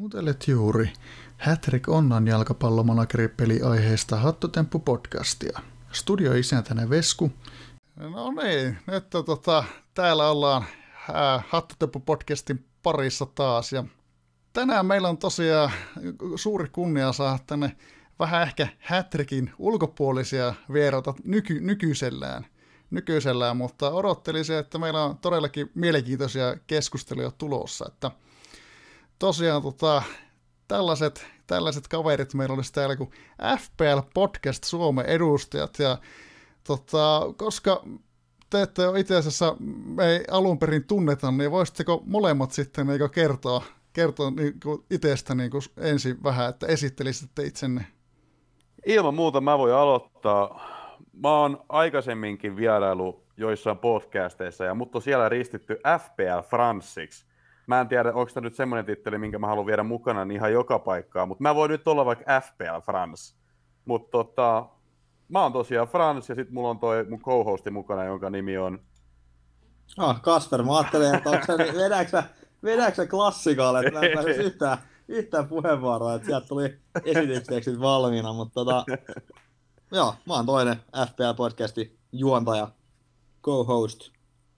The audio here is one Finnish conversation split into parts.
Kuuntelet juuri Hattrick Onnan jalkapallomanageri-peliaiheesta Hattutemppu-podcastia. Studioisäntänä Vesku. No niin, nyt täällä ollaan Hattutemppu-podcastin parissa taas. Ja tänään meillä on tosiaan suuri kunnia saada tänne vähän ehkä Hattrickin ulkopuolisia vieraita nykyisellään, mutta odottelisin, että meillä on todellakin mielenkiintoisia keskusteluja tulossa, että tosiaan tällaiset kaverit meillä olisi täällä kuin FPL Podcast Suomen edustajat, ja koska te ette ole itse asiassa me ei alun perin tunneta, niin voisitteko molemmat sitten kertoa niin itsestä niin ensin vähän, että esittelisitte itsenne? Ilman muuta mä voin aloittaa. Mä oon aikaisemminkin vierailu joissain podcasteissa ja mut on siellä ristitty FPL Fransiksi. Mä en tiedä, onko tämä nyt semmoinen titteli, minkä mä haluan viedä mukana niin ihan joka paikkaa, mutta mä voin nyt olla vaikka FPL France. Mutta mä oon tosiaan Frans ja sit mulla on toi mun co-hosti mukana, jonka nimi on... Kasper, mä ajattelin, että vedäksä klassikalle, että mä en pääsisi yhtään puheenvuoroa, että sieltä tuli esitykseksi valmiina, mutta joo, mä oon toinen FPL-podcastin juontaja, co-host.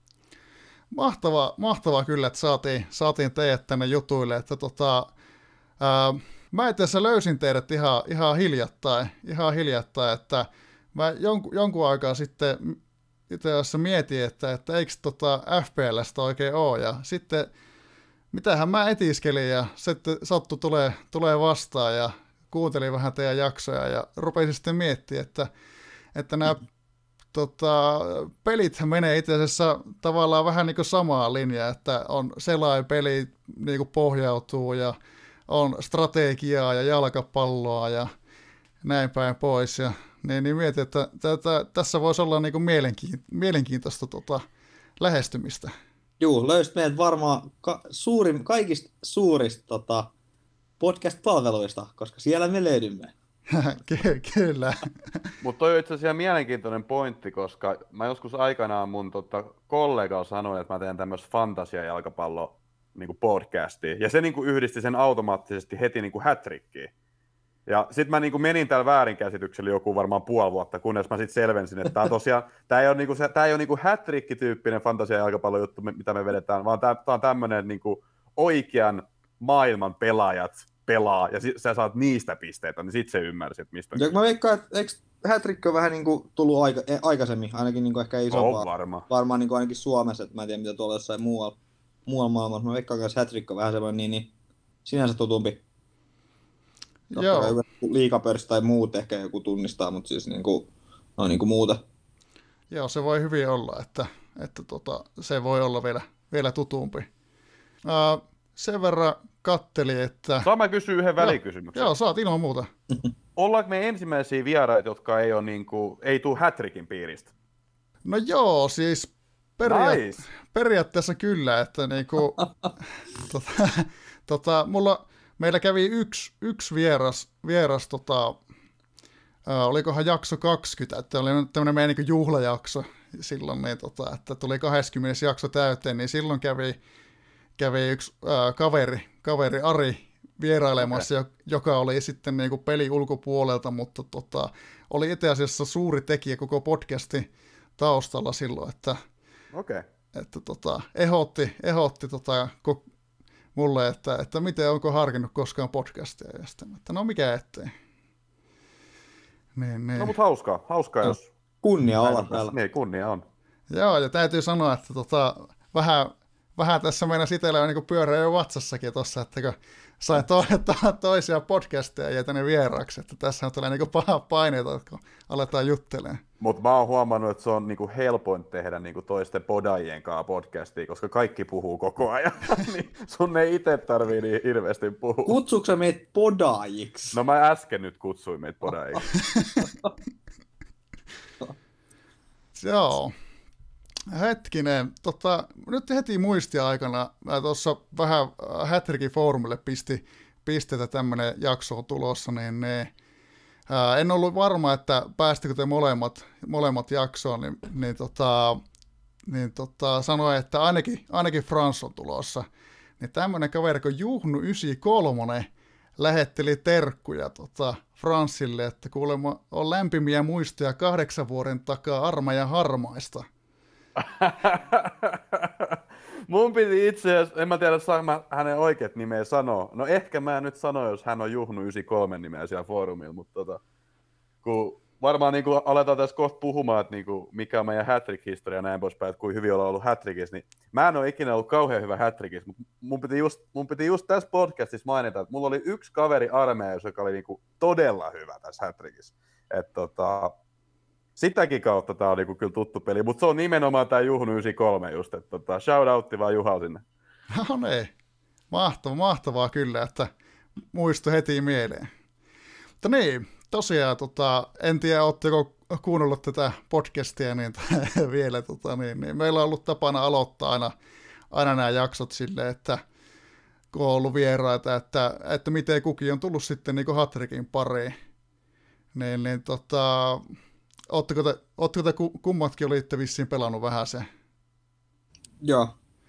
Mahtavaa kyllä, että saatiin teidät tänne jutuille, että mä itse asiassa löysin teidät ihan hiljattain, että mä jonkun aikaa sitten itse asiassa mietin, että eikö FPLstä oikein ole, ja sitten mitähän mä etiskelin, ja sitten sattu tulee vastaan, ja kuuntelin vähän teidän jaksoja, ja rupesin sitten miettimään, että nämä pelithän menee itse asiassa tavallaan vähän niin kuin samaa linjaa, että on selainpeli niin kuin pohjautuu, ja on strategiaa ja jalkapalloa ja näin päin pois, ja niin mietin, että tässä voisi olla niin kuin mielenkiintoista lähestymistä. Juu, löysit meidät varmaan kaikista suurista podcast-palveluista, koska siellä me löydymme. Kyllä. Mutta toi on itse asiassa mielenkiintoinen pointti, koska mä joskus aikanaan mun kollega sanoi, että mä teen tämmöistä fantasiajalkapallo niinku podcastia, ja se niinku yhdisti sen automaattisesti heti niinku Hattrickiin. Ja sit mä niinku menin täällä väärinkäsityksellä joku varmaan puoli vuotta, kunnes mä sit selvensin, että tää ei ole niinku Hattrick-tyyppinen fantasiajalkapallojuttu, mitä me vedetään, vaan tää on tämmönen niinku oikean maailman pelaajat pelaa, ja sä saat niistä pisteitä, niin sit se ymmärsit, mistä... Ja mä veikkaan, että eikö Hattrick on vähän niinku tullut aikaisemmin, ainakin niinku ehkä isompaa. Varmaan niinku ainakin Suomessa, että mä en tiedä mitä tuolla jossain muualla maailmassa. Mä veikkaan, että Hattrick on vähän semmoinen niin sinänsä tutumpi. Joo. Liigapörssi tai muut ehkä joku tunnistaa, mutta siis niinku muuta. Joo, se voi hyvin olla, että se voi olla vielä tutumpi. Sen verran katteli, että... Saan mä kysyä yhden välikysymyksen? Joo, saat ilman muuta. Ollaanko me ensimmäisiä vieraita, jotka ei tule Hattrickin piiristä? No joo, siis periaatteessa kyllä, että niinku... meillä kävi yksi vieras olikohan jakso 20, että oli tämmöinen meidän niinku juhlajakso silloin, niin että tuli 20. jakso täyteen, niin silloin kävi yksi kaveri Ari vierailemassa, joka oli sitten niinku peli ulkopuolelta, mutta oli itse asiassa suuri tekijä koko podcastin taustalla silloin, että ehdotti mulle, että miten onko harkinnut koskaan podcastia, ja sitten, että no mikä ettei. Niin. No mutta hauskaa jos... Kunnia olla täällä. Niin, kunnia on. Joo, ja täytyy sanoa, että vähän tässä meinasi itsellä niin pyörää jo WhatsAssakin tuossa, että kun sain toisia podcasteja ja tänne vieraaksi, että tässä tulee niin paha paineita, kun aletaan juttelemaan. Mutta mä oon huomannut, että se on niinku helpoin tehdä niinku toisten podaajien kanssa podcastia, koska kaikki puhuu koko ajan, niin sun ei itse tarvii niin hirveästi puhua. Kutsuuko sä meitä podaajiksi? No mä äsken nyt kutsuin meitä podaajiksi. Joo. Hetkinen, nyt heti muistiaikana mä tuossa vähän Hattrickin foorumille pistetä tämmönen jakso on tulossa, niin en ollut varma, että päästikö te molemmat jaksoon, niin sanoin, että ainakin France on tulossa. niin tämmöinen kaveri kuin Juhnu 93 lähetteli terkkuja Franssille, että kuulemma on lämpimiä muistoja 8 vuoden takaa armeijan harmaista. Mun piti itse asiassa, en mä tiedä saanko mä hänen oikeat nimeä sanoa. No ehkä mä nyt sanon, jos hän on Juhnu 93 nimeä siellä foorumilla, mutta kun varmaan niin kun aletaan tässä kohta puhumaan, että niin kun, mikä on meidän hat-trick-historia ja näin poispäin, että kuin hyvin ollaan ollut hat-trickissa, niin mä en ole ikinä ollut kauhean hyvä hat-trickissa, mutta mun piti just tässä podcastissa mainita, että mulla oli yksi kaveri armeijassa, joka oli niin kun todella hyvä tässä hat-trickissa. Että sitäkin kautta tää on niin kun kyllä tuttu peli, mutta se on nimenomaan tää Juhnu 93 just, että shoutoutti vaan Juha sinne. No niin, mahtavaa kyllä, että muisto heti mieleen. Mutta niin, tosiaan, en tiedä, ootteko kuunnellut tätä podcastia niin, vielä, niin meillä on ollut tapana aloittaa aina nämä jaksot silleen, että kun on ollut vieraita, että miten kukin on tullut sitten niin hat-trickin pariin, niin ootteko te kummatkin olitte vissiin pelannut vähän sen? Joo,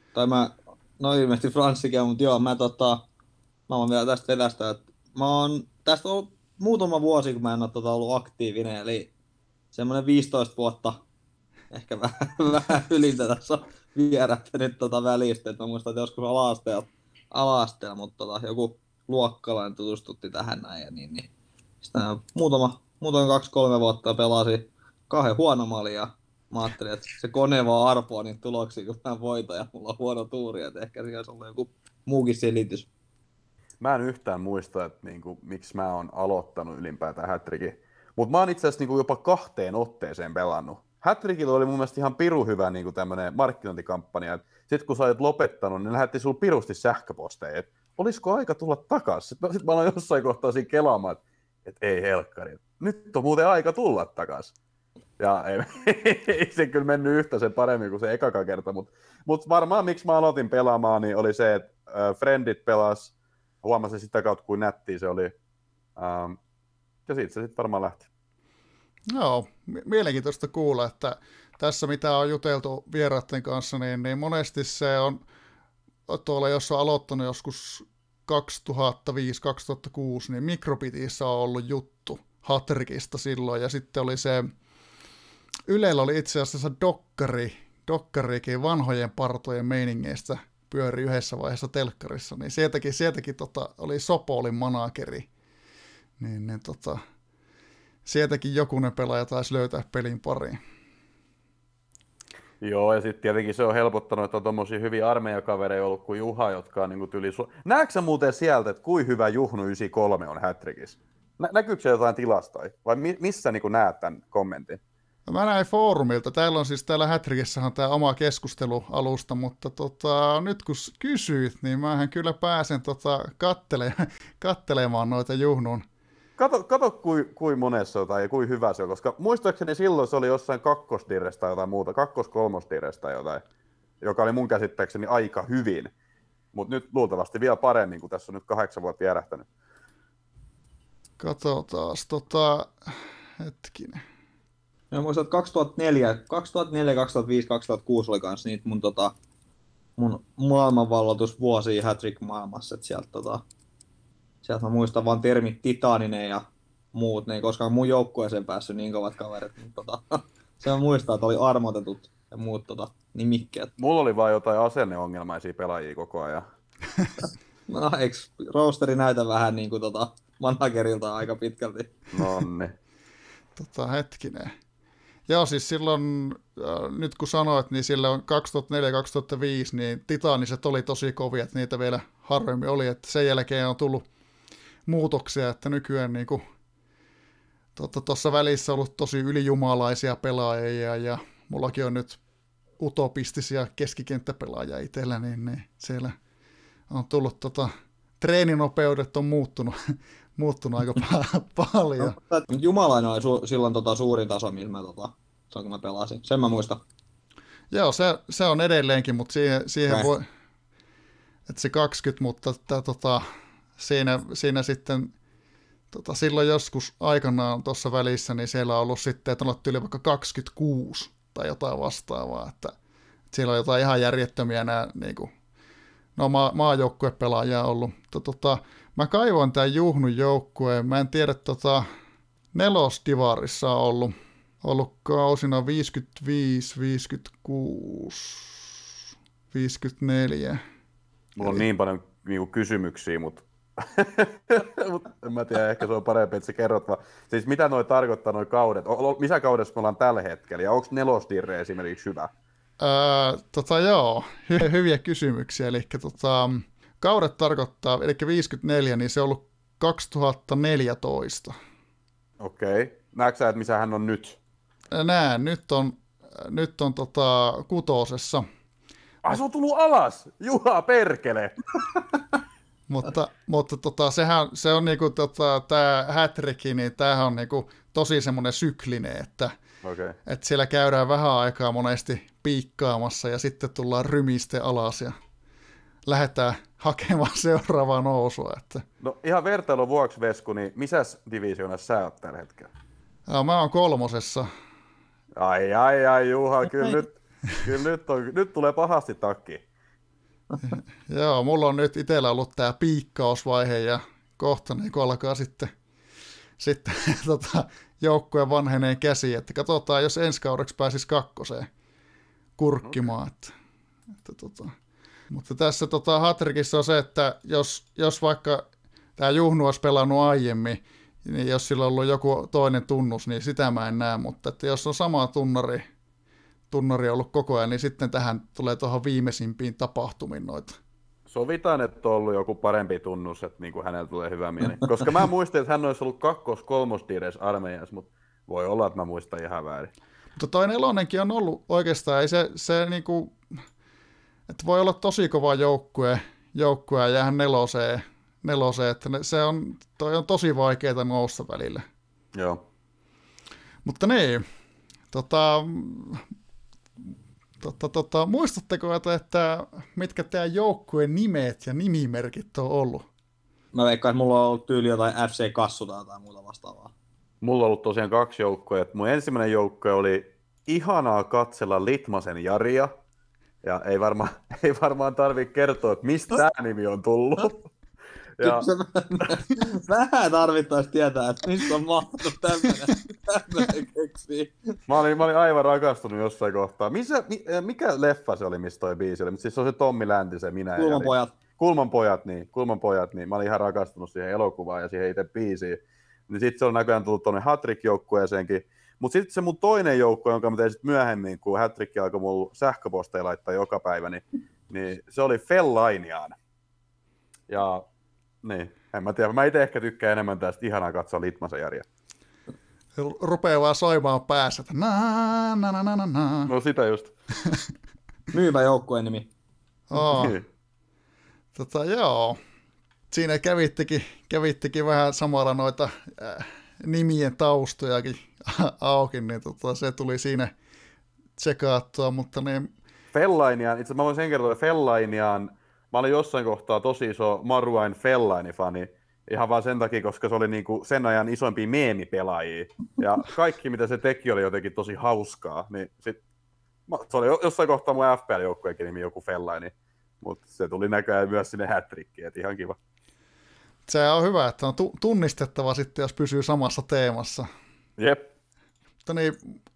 no ilmeisesti Franssikin, mutta joo, mä oon vielä tästä edestä, että mä oon tästä ollut muutama vuosi, kun mä en ole ollut aktiivinen, eli semmoinen 15 vuotta, ehkä vähän ylintä tässä on vierähtänyt välistä, että mä muistan, että joskus ala-asteella, mutta joku luokkalainen tutustutti tähän näin, ja niin. Sitten muutama 2-3 vuotta pelasin 2 huonomalla, ja mä ajattelin, että se kone vaan arpoo niitä tuloksia, kun mä voitan, ja mulla on huono tuuri, että ehkä siinä olisi ollut joku muukin selitys. Mä en yhtään muista, että miksi mä oon aloittanut ylipäätään hat-trickin. Mutta mä oon itse asiassa jopa 2 otteeseen pelannut. Hat-trickilla oli mun mielestä ihan pirun hyvä tämmönen markkinointikampanja. Sitten kun sä olet lopettanut, niin lähetti sulla pirusti sähköposteja, että olisiko aika tulla takaisin. Sitten mä aloin jossain kohtaa siinä kelaamaan, että ei helkkari, nyt on muuten aika tulla takaisin. Ja ei se kyllä mennyt yhtä sen paremmin kuin se ekakaan kerta, mutta varmaan miksi mä aloitin pelaamaan, niin oli se, että friendit pelas. Huomasin sitä kautta, kuin nättiä se oli. Ja siitä se sitten varmaan lähti. Joo, mielenkiintoista kuulla, että tässä mitä on juteltu vieraiden kanssa, niin monesti se on tuolla, jos on aloittanut joskus 2005-2006, niin Microbitissä on ollut juttu hat-trickista silloin, ja sitten oli se, Ylellä oli itse asiassa dokkarikin vanhojen partojen meiningeistä, pyöri yhdessä vaiheessa telkkarissa, niin sieltäkin oli Sopolin manageri, niin sieltäkin jokunen pelaaja taisi löytää pelin pariin. Joo, ja sitten tietenkin se on helpottanut, että on tommosia hyviä armeijakavereja ollut kuin Juha, jotka on niin tyli... Näetkö sä muuten sieltä, että kuin hyvä Juhnu 93 on hat-trickissä? Näkyykö se jotain tilastoja? Vai missä niin näet tämän kommentin? No mä näin foorumilta. Täällä on siis täällä hat-trickissähän tämä oma keskustelualusta, mutta nyt kun kysyit, niin mähän kyllä pääsen kattelemaan noita Juhnun. Kato kuin monessa jotain ja kuin hyvä se on, koska muistaakseni silloin se oli jossain kakkosdirrestä tai jotain muuta, kakkos-kolmosdirrestä jotain, joka oli mun käsittääkseni aika hyvin, mutta nyt luultavasti vielä paremmin, kun tässä on nyt 8 vuotta järähtänyt. Katsotaas, hetkinen. Mä muistan, että 2004, 2005, 2006 oli kans niitä mun maailmanvalloitusvuosia hat-trick-maailmassa, että sieltä mä muistan vaan termit Titaaninen ja muut, ne ei koskaan mun joukkueeseen päässyt niin kovat kaverit, mutta se mä muistan, että oli armotetut ja muut nimikkeet. Mulla oli vaan jotain asenneongelmaisia pelaajia koko ajan. No eikö roosteri näytä vähän niin kuin managerilta aika pitkälti? Nonni. Hetkinen. Joo, siis silloin, nyt kun sanoit, niin silloin 2004-2005, niin titaaniset oli tosi kovia, että niitä vielä harvemmin oli, että sen jälkeen on tullut muutoksia, että nykyään niin kuin, tuossa välissä on ollut tosi ylijumalaisia pelaajia, ja mullakin on nyt utopistisia keskikenttäpelaajia itsellä, niin siellä on tullut treeninopeudet on muuttunut aika paljon. No, Jumalainen oli silloin suurin taso, missä mä pelasin. Sen mä muistan. Joo, se on edelleenkin, mutta siihen voi... Että se 20, mutta siinä sitten silloin joskus aikanaan tuossa välissä, niin siellä on ollut sitten, että on ollut yli vaikka 26 tai jotain vastaavaa, että siellä on jotain ihan järjettömiä nämä niin kuin, no maajoukkuepelaajia ollut. Mä kaivoin tämän Juhnun joukkueen, mä en tiedä, nelosdivarissa on ollut kausina 55, 56, 54. Mulla on niin paljon niinku kysymyksiä, mutta en mä tiedä, ehkä se on parempi, että sä kerrot vaan. Siis mitä noi tarkoittaa noi kaudet? Missä kaudessa me ollaan tällä hetkellä? Ja onko nelosdirre esimerkiksi hyvä? Joo, hyviä kysymyksiä. Eli kaudet tarkoittaa, eli 54, niin se on ollut 2014. Okei. Näetkö sä, että missä hän on nyt? Näen, nyt on kutosessa. Se on tullut alas! Juha perkele! mutta se on niinku tää hat-trick, niin tämähän on niinku tosi semmoinen syklinen, että siellä käydään vähän aikaa monesti piikkaamassa ja sitten tullaan rymiste alas ja lähdetään hakemaan seuraavaa nousua. Että. No ihan vertailun vuoksi, Vesku, niin missäs divisioonassa sä oot tällä hetkellä? Mä oon 3. Ai Juha, kyllä nyt tulee pahasti takki. Joo, mulla on nyt itsellä ollut tää piikkausvaihe ja kohta niin alkaa sitten joukkueen vanheneen käsi, että katsotaan, jos ensi kaudeksi pääsisi 2. kurkkimaan. Mutta tässä hat-trickissa on se, että jos vaikka tämä Juhnu olisi pelannut aiemmin, niin jos sillä on ollut joku toinen tunnus, niin sitä mä en näe, mutta että jos on sama tunnari ollut koko ajan, niin sitten tähän tulee tuohon viimeisimpiin tapahtumiin noita. Sovitaan, että on ollut joku parempi tunnus, että niin kuin hänellä tulee hyvä mieli. Koska mä muistin, että hän olisi ollut 2-3 diires armeijassa, mutta voi olla, että mä muistan ihan väärin. Mutta toi 4 on ollut oikeastaan, ei se niinku, että voi olla tosi kova joukkue ja jäähän 4, että toi on tosi vaikeaa nousta välillä. Joo. Mutta niin, muistatteko, että mitkä teidän joukkueen nimet ja nimimerkit on ollut? Mä veikkaan, että mulla on ollut tyyli jotain FC Kassu tai muuta vastaavaa. Mulla on ollut tosiaan 2 joukkoja. Mun ensimmäinen joukkue oli ihanaa katsella Litmasen Jaria. Ja ei varmaan tarvitse kertoa, että mistä tämä nimi on tullut. Ja... Vähän tarvittaisi tietää, että mistä on mahtunut tämmöinen keksiä. Mä olin aivan rakastunut jossain kohtaa. Mikä leffa se oli, mistä toi biisi oli? Siis se on se Tommi Läntisen, minä ja Kulmanpojat. Kulmanpojat, niin. Mä olin ihan rakastunut siihen elokuvaan ja siihen itse biisiin. Niin sit se on näköjään tullut tuonne hat-trick-joukkueeseenkin. Mutta sitten se mun toinen joukkue, jonka mä tein sit myöhemmin, kun hat-trick alkoi mulla sähköposteja laittaa joka päivä, niin se oli Fellainiaan. Ja niin, en mä tiedä. Mä itse ehkä tykkään enemmän tästä ihanaa katsoa Litmasen Jaria. Rupeaa vaan soimaan päässä, että na. No sitä just. Myyvä joukkueen nimi. Joo. Siinä kävittekin vähän samalla noita nimien taustojakin auki, niin se tuli siinä tsekaattua, mutta niin... Fellainiaan, itse mä voin sen kertoa, että Fellainiaan, mä olin jossain kohtaa tosi iso Maruain Fellaini-fani, ihan vaan sen takia, koska se oli niinku sen ajan isoimpia meemipelaajia, ja kaikki mitä se teki oli jotenkin tosi hauskaa, niin se oli jossain kohtaa mun FPL-joukkueenkin nimi joku Fellaini, mutta se tuli näköjään myös sinne hat-trickiin, että ihan kiva. Se on hyvä, että on tunnistettava sitten, jos pysyy samassa teemassa. Jep. Mutta niin,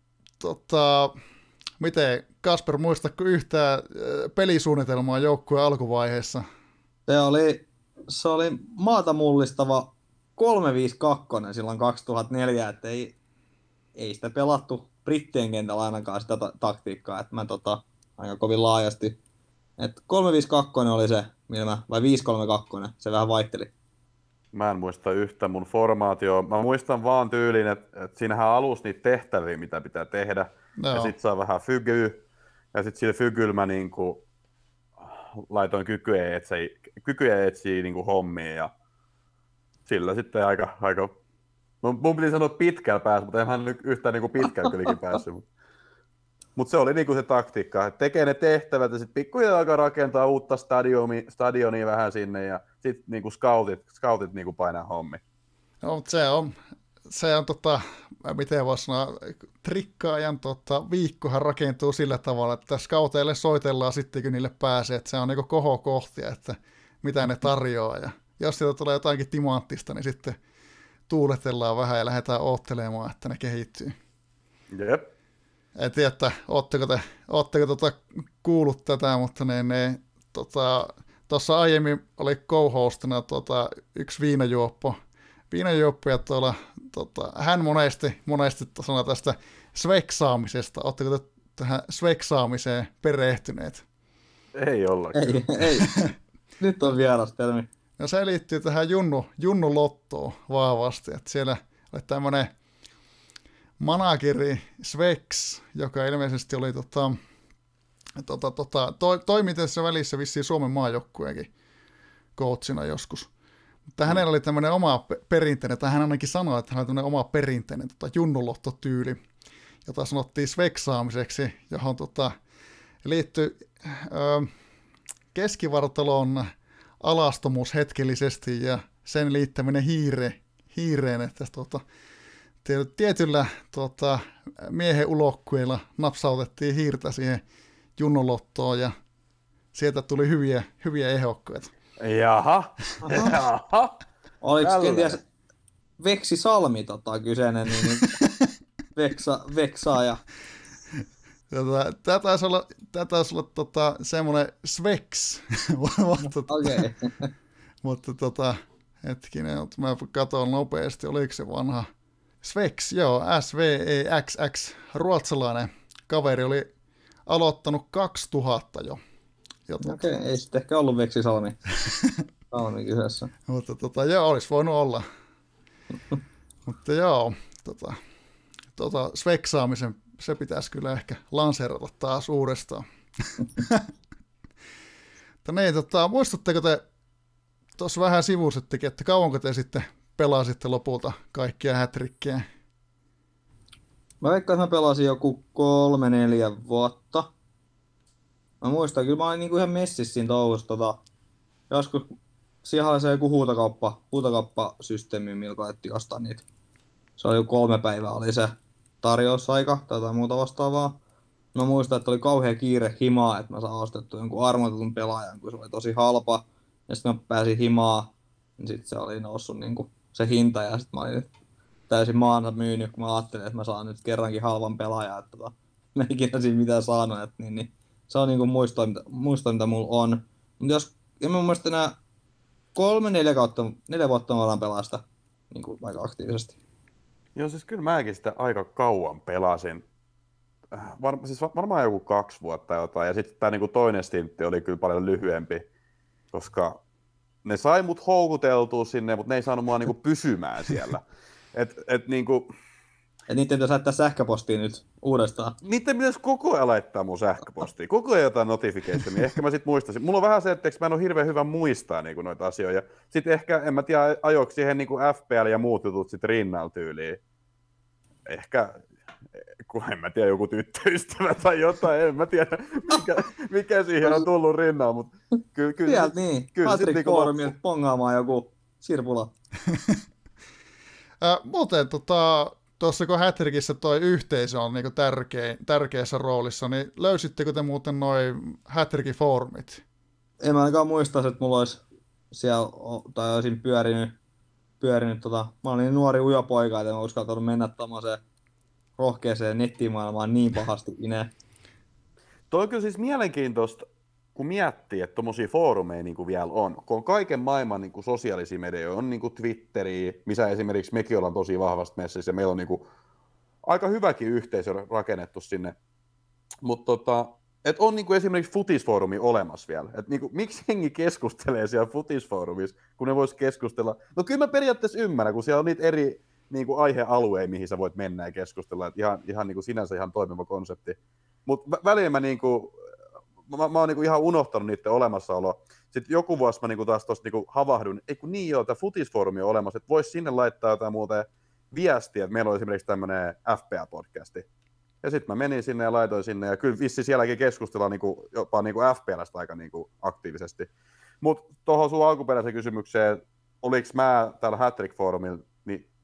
miten, Kasper, muistatko yhtään pelisuunnitelmaa joukkueen alkuvaiheessa? Se oli maata mullistava 3-5-2 silloin 2004, että ei sitä pelattu brittien kentällä ainakaan sitä taktiikkaa, että mä aika kovin laajasti. Että 3-5-2 oli se, vai 5-3-2, se vähän vaihteli. Mä en muista yhtä mun formaatioa. Mä muistan vaan tyylin, että siinähän alussa niitä tehtäviä, mitä pitää tehdä. No. Ja sit saa vähän fygyä. Ja sit sillä fygyllä mä niinku laitoin kykyjä etsiä niinku hommiin. Ja sillä sitten aika... Mun piti sanoa pitkällä päässä, mutta enhän nyt yhtään niinku pitkällä kylläkin päässyt. Mutta se oli niinku se taktiikka, että tekee ne tehtävät ja sitten pikkuhiljaa alkaa rakentaa uutta stadionia vähän sinne ja sitten niinku scoutit niinku painaa hommi. No, mutta se on miten voisi sanoa, trikkaajan viikkohan rakentuu sillä tavalla, että scouteille soitellaan sitten, kun niille pääsee, että se on niinku kohokohtia, että mitä ne tarjoaa, ja jos sieltä tulee jotakin timanttista, niin sitten tuuletellaan vähän ja lähdetään oottelemaan, että ne kehittyy. Jep. En tiedä, että ootteko kuullut tätä, mutta tuossa aiemmin oli co-hostina yksi viinajuoppo ja hän monesti sanoi tästä sveksaamisesta. Oletteko te tähän sveksaamiseen perehtyneet? Ei ollakaan. Ei. Nyt on vieras termi. No se liittyy tähän Junnu Lottoon vahvasti, että siellä oli tämmöinen manageri Svex, joka ilmeisesti oli toimintassa välissä vissiin Suomen maajoukkueenkin coachina joskus. Mutta hänellä oli tämmöinen oma perinteinen, tai hän ainakin sanoi, että hän oli tämmöinen oma perinteinen Junnu-Lotto-tyyli, jota sanottiin sveksaamiseksi, johon liittyi keskivartalon alastomuus hetkellisesti ja sen liittäminen hiireen, että tietyllä miehen ulokkueilla napsautettiin hiirtä siihen Junnu-Lottoon ja sieltä tuli hyviä ehdokkaita. Jaha. Oliko kenties Veksi Salmi kyseinen niin veksaaja? Tämä taisi olla semmoinen Svex, Okei. mutta hetkinen, mä katson nopeasti, oliko se vanha Svex, joo, SVEXX, ruotsalainen kaveri oli aloittanut 2000 jo. Okei, ei sitten ehkä ollut Veksi Salmi kyseessä. Mutta joo, olisi voinut olla. Mutta joo, sveksaamisen se pitäisi kyllä ehkä lanseerata taas uudestaan. Muistutteko te, tuossa vähän sivusittekin, että kauanko te sitten pelasitte lopulta kaikkia hätrikkejä? Mä veikkaan, että mä pelasin joku 3-4 vuotta. Mä muistan, kyllä mä olin niinku ihan messissä siinä touhussa. Joskus siellä oli se joku huutokauppasysteemi, millä koettiin ostaa niitä. Se oli joku 3 päivää oli se tarjousaika tai jotain muuta vastaavaa. Mä muistan, että oli kauhea kiire himaa, että mä saan ostettua jonkun armoitetun pelaajan, kun se oli tosi halpa. Ja sitten mä pääsin himaa, niin sitten se oli noussut niinku se hinta ja sitten mä olin täysin maana myynyt, kun mä ajattelin, että mä saan nyt kerrankin halvan pelaajan. Että mä en ikinä siinä mitään saanut, että niin. Se on niinku muisto, mitä mulla on. Mutta jos, ja mun mielestä enää 4 vuotta mä voidaan pelaa sitä niinku aika aktiivisesti. Joo, siis kyllä mäkin sitä aika kauan pelasin. Varmaan joku 2 vuotta jotain. Ja sitten tämä niinku toinen stintti oli kyllä paljon lyhyempi, koska ne sai mut houkuteltua sinne, mutta ne ei saanut mua niinku pysymään siellä. Niinku... Et niiden pitäisi laittaa sähköpostiin nyt uudestaan. Niiden pitäisi koko ajan laittaa mun sähköpostiin. Koko ajan jotain notificationia. Ehkä mä sit muistasin. Mulla on vähän se, että mä en ole hirveän hyvä muistaa niinku noita asioita. Sitten ehkä, en mä tiedä, ajoiko siihen niinku FPL ja muut jutut sit rinnalla tyyliin. Ehkä, kun en mä tiedä, joku tyttöystävä tai jotain, en mä tiedä, mikä siihen on tullut rinnalla. Mutta kyllä niin. Patrick Foorumilta pongaamaan joku sirpula. Muuten tuossa kun Hätrikissä toi yhteisö on niinku tärkeässä roolissa, niin löysittekö te muuten noin Hätrikin foorumit? En mä ainakaan muista, että mulla olisi siellä, tai olisin pyörinyt. Mä olin nuori ujo poika, että en uskaltanut mennä tommoseen rohkeeseen nettimaailmaan niin pahasti ineen. Toi on kyllä siis mielenkiintoista, kun miettii, että tommosia foorumeja niin vielä on. Kun on kaiken maailman niin sosiaalisia medioita, on niin Twitteriä, missä esimerkiksi mekin ollaan tosi vahvasti messissä, ja meillä on niin aika hyväkin yhteisö rakennettu sinne. Mutta että on niin esimerkiksi futisfoorumi olemassa vielä. Että niin miksi hengi keskustelee siellä futisfoorumissa, kun ne vois keskustella? No kyllä mä periaatteessa ymmärrän, kun siellä on niitä eri niin aihealueita, mihin sä voit mennä ja keskustella. Että ihan niin sinänsä ihan toimiva konsepti. Mutta väliin mä oon ihan unohtanut niiden olemassaoloa. Sitten joku vuosi mä taas tuosta havahdun, tämä futisfoorumi on olemassa, että vois sinne laittaa jotain muuten viestiä, että meillä on esimerkiksi tämmöinen FPA-podcasti. Ja sitten mä menin sinne ja laitoin sinne, ja kyllä vissi sielläkin keskustellaan jopa FPL:stä aika aktiivisesti. Mutta tuohon sun alkuperäiseen kysymykseen, oliko mä täällä Hattrick-foorumilla, niin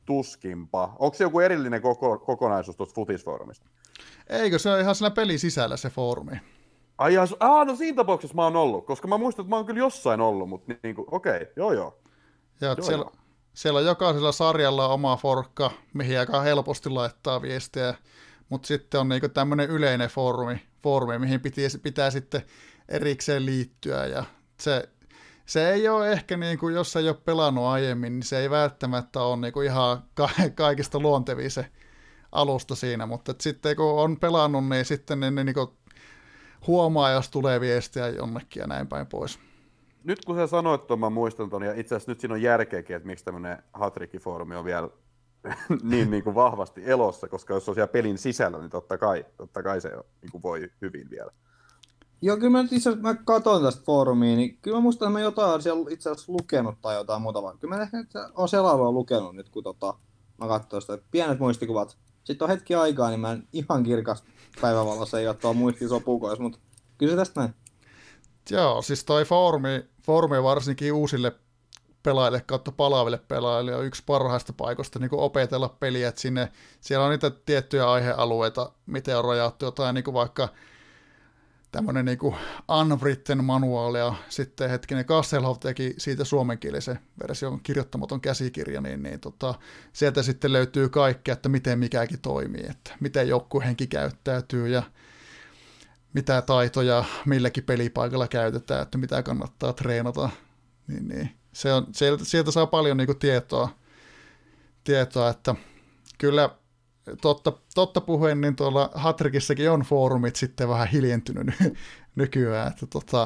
tuskinpa. Onko se joku erillinen kokonaisuus tuosta Futisfoorumista? Eikö se ole ihan siinä pelin sisällä se foorumi? No siinä tapauksessa mä oon ollut, koska mä muistan, että mä oon kyllä jossain ollut, mutta niinku, okei, joo. Ja siellä on jokaisella sarjalla oma forkka, mihin aika helposti laittaa viestiä, mutta sitten on niinku tämmöinen yleinen foorumi, mihin pitää sitten erikseen liittyä, ja se ei ole ehkä, niinku, jos ei ole pelannut aiemmin, niin se ei välttämättä ole niinku ihan kaikista luontevin se alusta siinä, mutta sitten kun on pelannut, niin sitten ne niinku huomaa, jos tulee viestiä jonnekin ja näin päin pois. Nyt kun sä sanoit tuon, mä muistan ton, ja itse asiassa nyt siinä on järkeäkin, että miksi tämmöinen Hattrick-foorumi on vielä niin kuin vahvasti elossa, koska jos on siellä pelin sisällä, niin totta kai se niin kuin voi hyvin vielä. Joo, kyllä mä katson tästä foorumia, niin kyllä mä muistan, että mä jotain siellä itse asiassa lukenut tai jotain muuta, vaan kyllä mä ehkä on selailua lukenut nyt, kun mä katsoin sitä, pienet muistikuvat. Sitten on hetki aikaa, niin mä en ihan kirkas päivävalossa ei ole tuolla muistisopukoissa, mutta kyllä se tästä näin. Joo, siis toi foorumi varsinkin uusille pelaajille kautta palaaville pelaajille on yksi parhaista paikoista niin opetella peliä, että siellä on niitä tiettyjä aihealueita, miten on rajattu jotain niin kuin vaikka tämmöinen niin kuin unwritten manuaali, ja sitten Kasselhoff teki siitä suomenkielisen version kirjoittamaton käsikirja, niin sieltä sitten löytyy kaikkea, että miten mikäkin toimii, että miten joukkuehenki käyttäytyy ja mitä taitoja milläkin pelipaikalla käytetään, että mitä kannattaa treenata, niin. Sieltä saa paljon niin kuin tietoa, että kyllä totta puheen, niin tuolla Hattrickissakin on foorumit sitten vähän hiljentynyt nykyään, että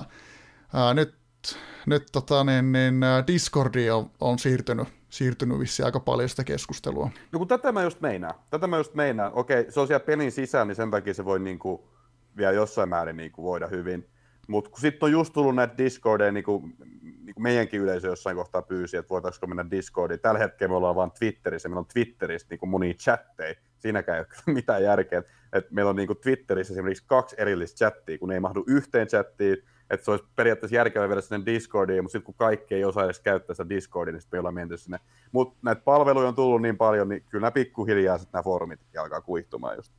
nyt Discordi on siirtynyt vissiin aika paljon sitä keskustelua. No kun tätä mä just meinaan. Okei, se on siellä pelin sisällä, niin sen takia se voi niinku vielä jossain määrin niinku voida hyvin. Mutta kun sitten on just tullut näitä Discordeja, niinku meidänkin yleisö jossain kohtaa pyysi, että voitaisiinko mennä Discordiin. Tällä hetkellä me ollaan vaan Twitterissä, meillä on Twitterissä niinku monia chatteja. Siinäkään ei ole mitään järkeä. Et meillä on niinku Twitterissä esimerkiksi 2 erillistä chattia, kun ne ei mahdu yhteen chattiin. Että se olisi periaatteessa järkevää viedä sinne Discordiin, mutta sitten kun kaikki ei osaa edes käyttää sitä Discordia, niin sitten me ollaan menty sinne. Mutta näitä palveluja on tullut niin paljon, niin kyllä nämä pikkuhiljaa sitten nämä foorumit alkaa kuihtumaan just.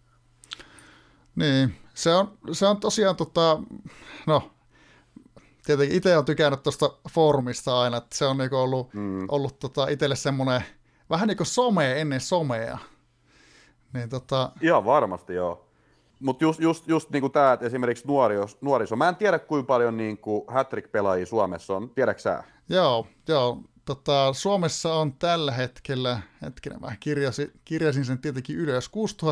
Niin, se on tosiaan no, tietenkin itse olen tykännyt tuosta foorumista aina, että se on niinku ollut itselle semmoinen vähän niin kuin some ennen somea. Niin Ihan varmasti, joo. Mutta just niin kuin tämä, että esimerkiksi nuoriso, mä en tiedä kuinka paljon niin kuin Hattrick-pelaajia Suomessa on, tiedätkö sä? Joo. Suomessa on tällä hetkellä mä kirjasin sen tietenkin ylös,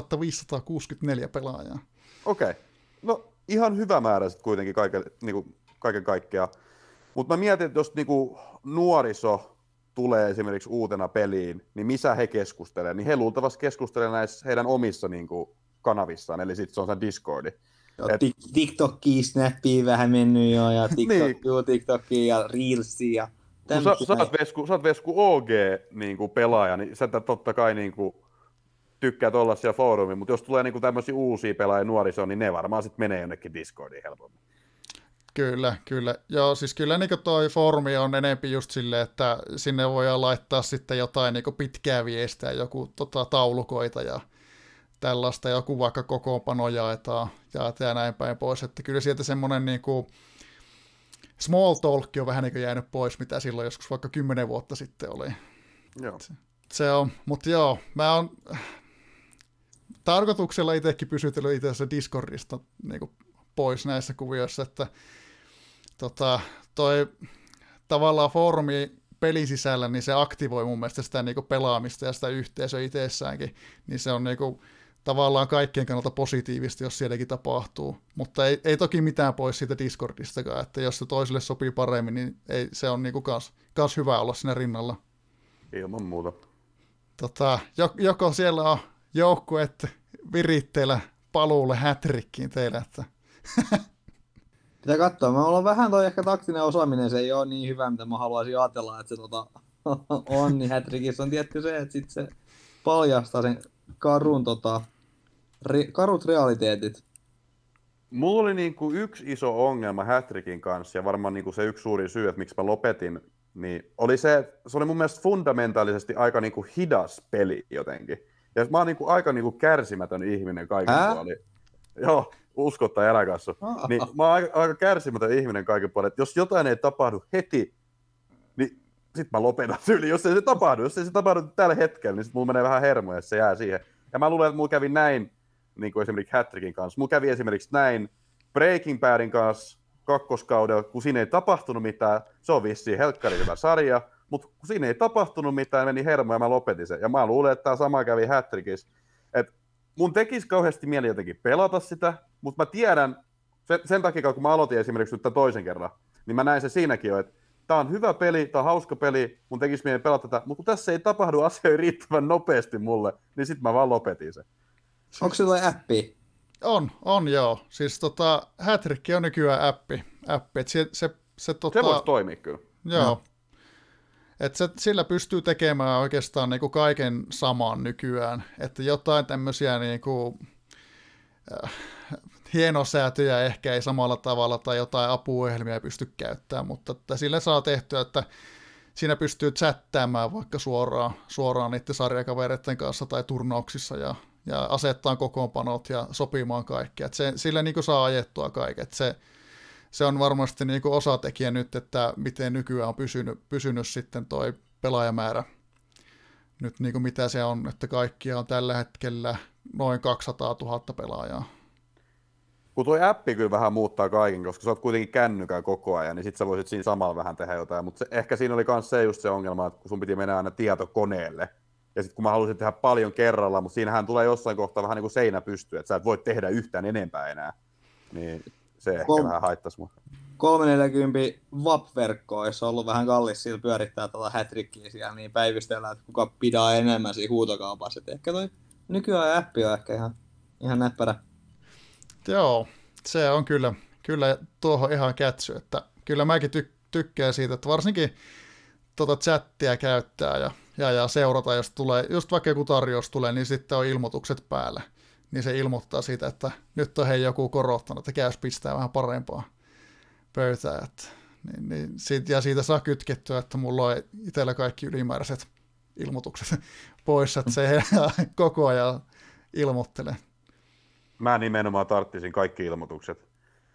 6564 pelaajaa. Okei. No ihan hyvä määrä sitten kuitenkin kaiken kaikkiaan. Mutta mä mietin, että jos niinku nuoriso tulee esimerkiksi uutena peliin, niin missä he keskustelevat? Niin he luultavasti keskustelevat näissä heidän omissa niinku kanavissaan, eli sitten se on se Discordi. TikTokia, Snappia vähän mennyt jo, ja TikTokia ja Reelsia. Kun sä oot Vesku OG niinku pelaaja, niin sä totta kai niinku tykkäät olla siellä foorumilla, mutta jos tulee niinku tämmöisiä uusia pelaajia nuorisoon, niin ne varmaan sitten menee jonnekin Discordiin helpommin. Kyllä. Joo, siis kyllä niin toi foorumi on enemmän just silleen, että sinne voidaan laittaa sitten jotain niin pitkää viestiä, joku taulukoita ja tällaista, joku vaikka kokoonpano jaetaan ja näin päin pois, että kyllä sieltä semmoinen niin kuin small talk on vähän niin kuin jäänyt pois, mitä silloin joskus vaikka 10 vuotta sitten oli. Joo. Se on, mutta joo, mä oon tarkoituksella itsekin pysytellyt itse asiassa Discordista niin kuin pois näissä kuvioissa, että toi tavallaan foorumi pelin sisällä, niin se aktivoi mun mielestä sitä niin kuin pelaamista ja sitä yhteisöä itsessäänkin, niin se on niin kuin tavallaan kaikkien kannalta positiivista, jos sielläkin tapahtuu, mutta ei toki mitään pois siitä Discordistakaan, että jos se toiselle sopii paremmin, niin se on niin kuin kans hyvä olla siinä rinnalla. Ilman muuta. Joko siellä on joukkueet viritteillä paluulle Hattrickiin teille, että pitää katsoa. Me ollaan vähän toi ehkä taktinen osaaminen, se ei ole niin hyvä, mitä mä haluaisin ajatella, että se on, niin Hattrickissa on tietty se, että sit se paljastaa sen karut realiteetit. Mulla oli niinku yksi iso ongelma Hattrickin kanssa, ja varmaan niinku se yksi suuri syy, että miksi mä lopetin niin se oli mun mielestä fundamentaalisesti aika niinku hidas peli jotenkin. Ja mä oon niinku aika niinku kärsimätön ihminen kaiken puolin. Joo, usko tai älä kanssa. Niin mä oon aika kärsimätön ihminen kaiken puolin, että jos jotain ei tapahdu heti, niin sit mä lopetan yli. Jos ei se tapahdu tällä hetkellä, niin sit mulla menee vähän hermoja, että se jää siihen. Ja mä luulen, että mulla kävi näin, niin kuin esimerkiksi Hattrickin kanssa. Mulla kävi esimerkiksi näin Breaking Badin kanssa kakkoskaudella, kun siinä ei tapahtunut mitään. Se on vissiin helkkari hyvä sarja, mutta kun siinä ei tapahtunut mitään, meni hermo ja mä lopetin sen. Ja mä luulen, että tämä sama kävi Hattrickissa. Että mun tekisi kauheasti mieli jotenkin pelata sitä, mutta mä tiedän, sen takia kun mä aloitin esimerkiksi nyt tämän toisen kerran, niin mä näin se siinäkin jo, että tää on hyvä peli, tää on hauska peli, mun tekisi mieli pelata tätä, mutta kun tässä ei tapahdu asioita riittävän nopeasti mulle, niin sit mä vaan lopetin sen. Onko sulla appi? On joo. Siis Hattrick on nykyään appi. Et se voisi toimia kyllä. Joo. Että sillä pystyy tekemään oikeastaan niinku kaiken saman nykyään. Että jotain tämmöisiä niinku, hienosäätöjä ehkä ei samalla tavalla tai jotain apuohjelmia ei pysty käyttämään, mutta että sillä saa tehtyä, että siinä pystyy chattaamaan vaikka suoraan niiden sarjakavereiden kanssa tai turnauksissa ja asettaa kokoonpanot ja sopimaan kaikkea. Sillä niin saa ajettua kaiken. Se on varmasti niin osatekijä nyt, että miten nykyään on pysynyt sitten toi pelaajamäärä. Nyt niin mitä se on, että kaikkia on tällä hetkellä noin 200 000 pelaajaa. Kun tuo appi kyllä vähän muuttaa kaiken, koska sä oot kuitenkin kännykällä koko ajan, niin sit sä voisit siinä samalla vähän tehdä jotain. Mutta ehkä siinä oli myös se ongelma, että kun sun piti mennä aina tietokoneelle. Ja sitten kun mä halusin tehdä paljon kerralla, mutta siinähän tulee jossain kohtaa vähän niin kuin seinä pystyy, että sä et voi tehdä yhtään enempää enää. Niin se ehkä vähän haittaisi mua. 340 WAP-verkkoa, jossa on ollut vähän kallis sillä pyörittää tätä Hattrickia siellä, niin päivistellään, että kuka pidää enemmän siinä huutokaupassa. Et ehkä toi nykyään appi on ehkä ihan näppärä. Joo, se on kyllä tuohon ihan kätsy, että kyllä mäkin tykkään siitä, että varsinkin chattia käyttää ja seurata, jos tulee, just vaikka joku tarjous tulee, niin sitten on ilmoitukset päällä. Niin se ilmoittaa siitä, että nyt on joku korottanut, että käys pistää vähän parempaa pöytää. Ja siitä saa kytkettyä, että mulla on itsellä kaikki ylimääräiset ilmoitukset pois, että se koko ajan ilmoittelee. Mä nimenomaan tarttisin kaikki ilmoitukset.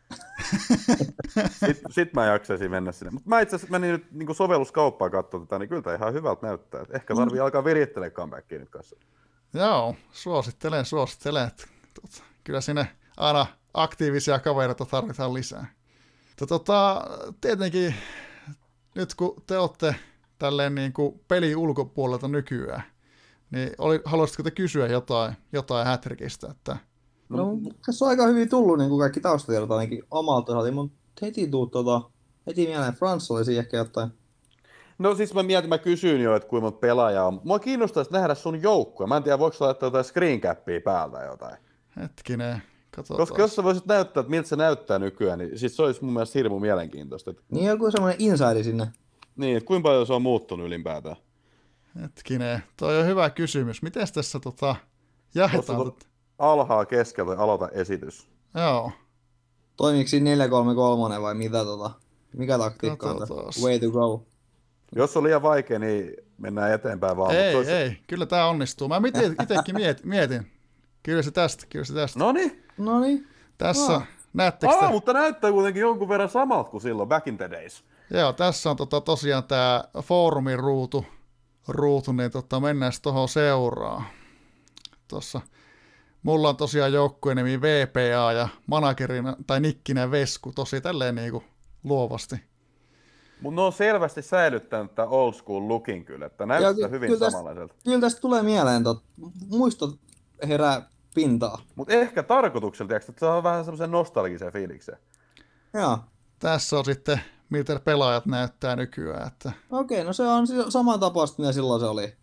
Sitten mä jaksaisin mennä sinne. Mutta mä itse asiassa menin nyt niin sovelluskauppaan katsomaan tätä, niin kyllä tämä ihan hyvältä näyttää. Ehkä tarvii alkaa virittelemään comebackia nyt kanssa. Joo, suosittelen. Kyllä sinne aina aktiivisia kavereita tarvitaan lisää. Tietenkin nyt kun te olette tälleen niin kuin pelin ulkopuolelta nykyään, niin haluaisitko te kysyä jotain Hattrickista, että No, tässä on aika hyvin tullut niin kuin kaikki taustatiedot ainakin omalta osalta, mutta heti mieleen Frans olisi ehkä jotain. No siis mä kysyin jo, että kuinka monta pelaajaa on. Mua kiinnostaisi nähdä sun joukkoa. Mä en tiedä, voiko sä laittaa jotain screencappia päältä jotain. Hetkinen, katsotaan. Koska jos sä voisit näyttää, että miltä se näyttää nykyään, niin siis se olisi mun mielestä hirmu mielenkiintoista. Niin joku semmoinen inside sinne. Niin, että kuinka paljon se on muuttunut ylipäätään. Hetkinen, toi on hyvä kysymys. Miten tässä jaetaan? Alhaa keskeltä aloita esitys. Joo. Toimiiko siinä 433 vai mitä mikä taktiikka on? Way to go. Jos on liian vaikea, niin mennään eteenpäin vaan. Ei, kyllä tää onnistuu. Mä itsekin mietin. Kyllä se tästä. Noniin. Tässä, näettekö te? Mutta näyttää kuitenkin jonkun verran samalta kuin silloin back in the days. Joo, tässä on tosiaan tää foorumin ruutu niin mennään tuohon seuraan. Tuossa mulla on tosiaan joukkueen nimi VPA ja managerina tai nikkinä Vesku, tosi tälleen niinku luovasti. Mutta ne on selvästi säilyttänyt tämän old school lookin kyllä, että näyttää hyvin samanlaiselta. Kyllä tästä tulee mieleen, muistot herää pintaa. Mutta ehkä tarkoituksella, että se on vähän semmoisen nostalgisen fiiliksen. Joo. Tässä on sitten, miltä pelaajat näyttää nykyään. Että Okei, no se on sama tapaista, mitä silloin se oli.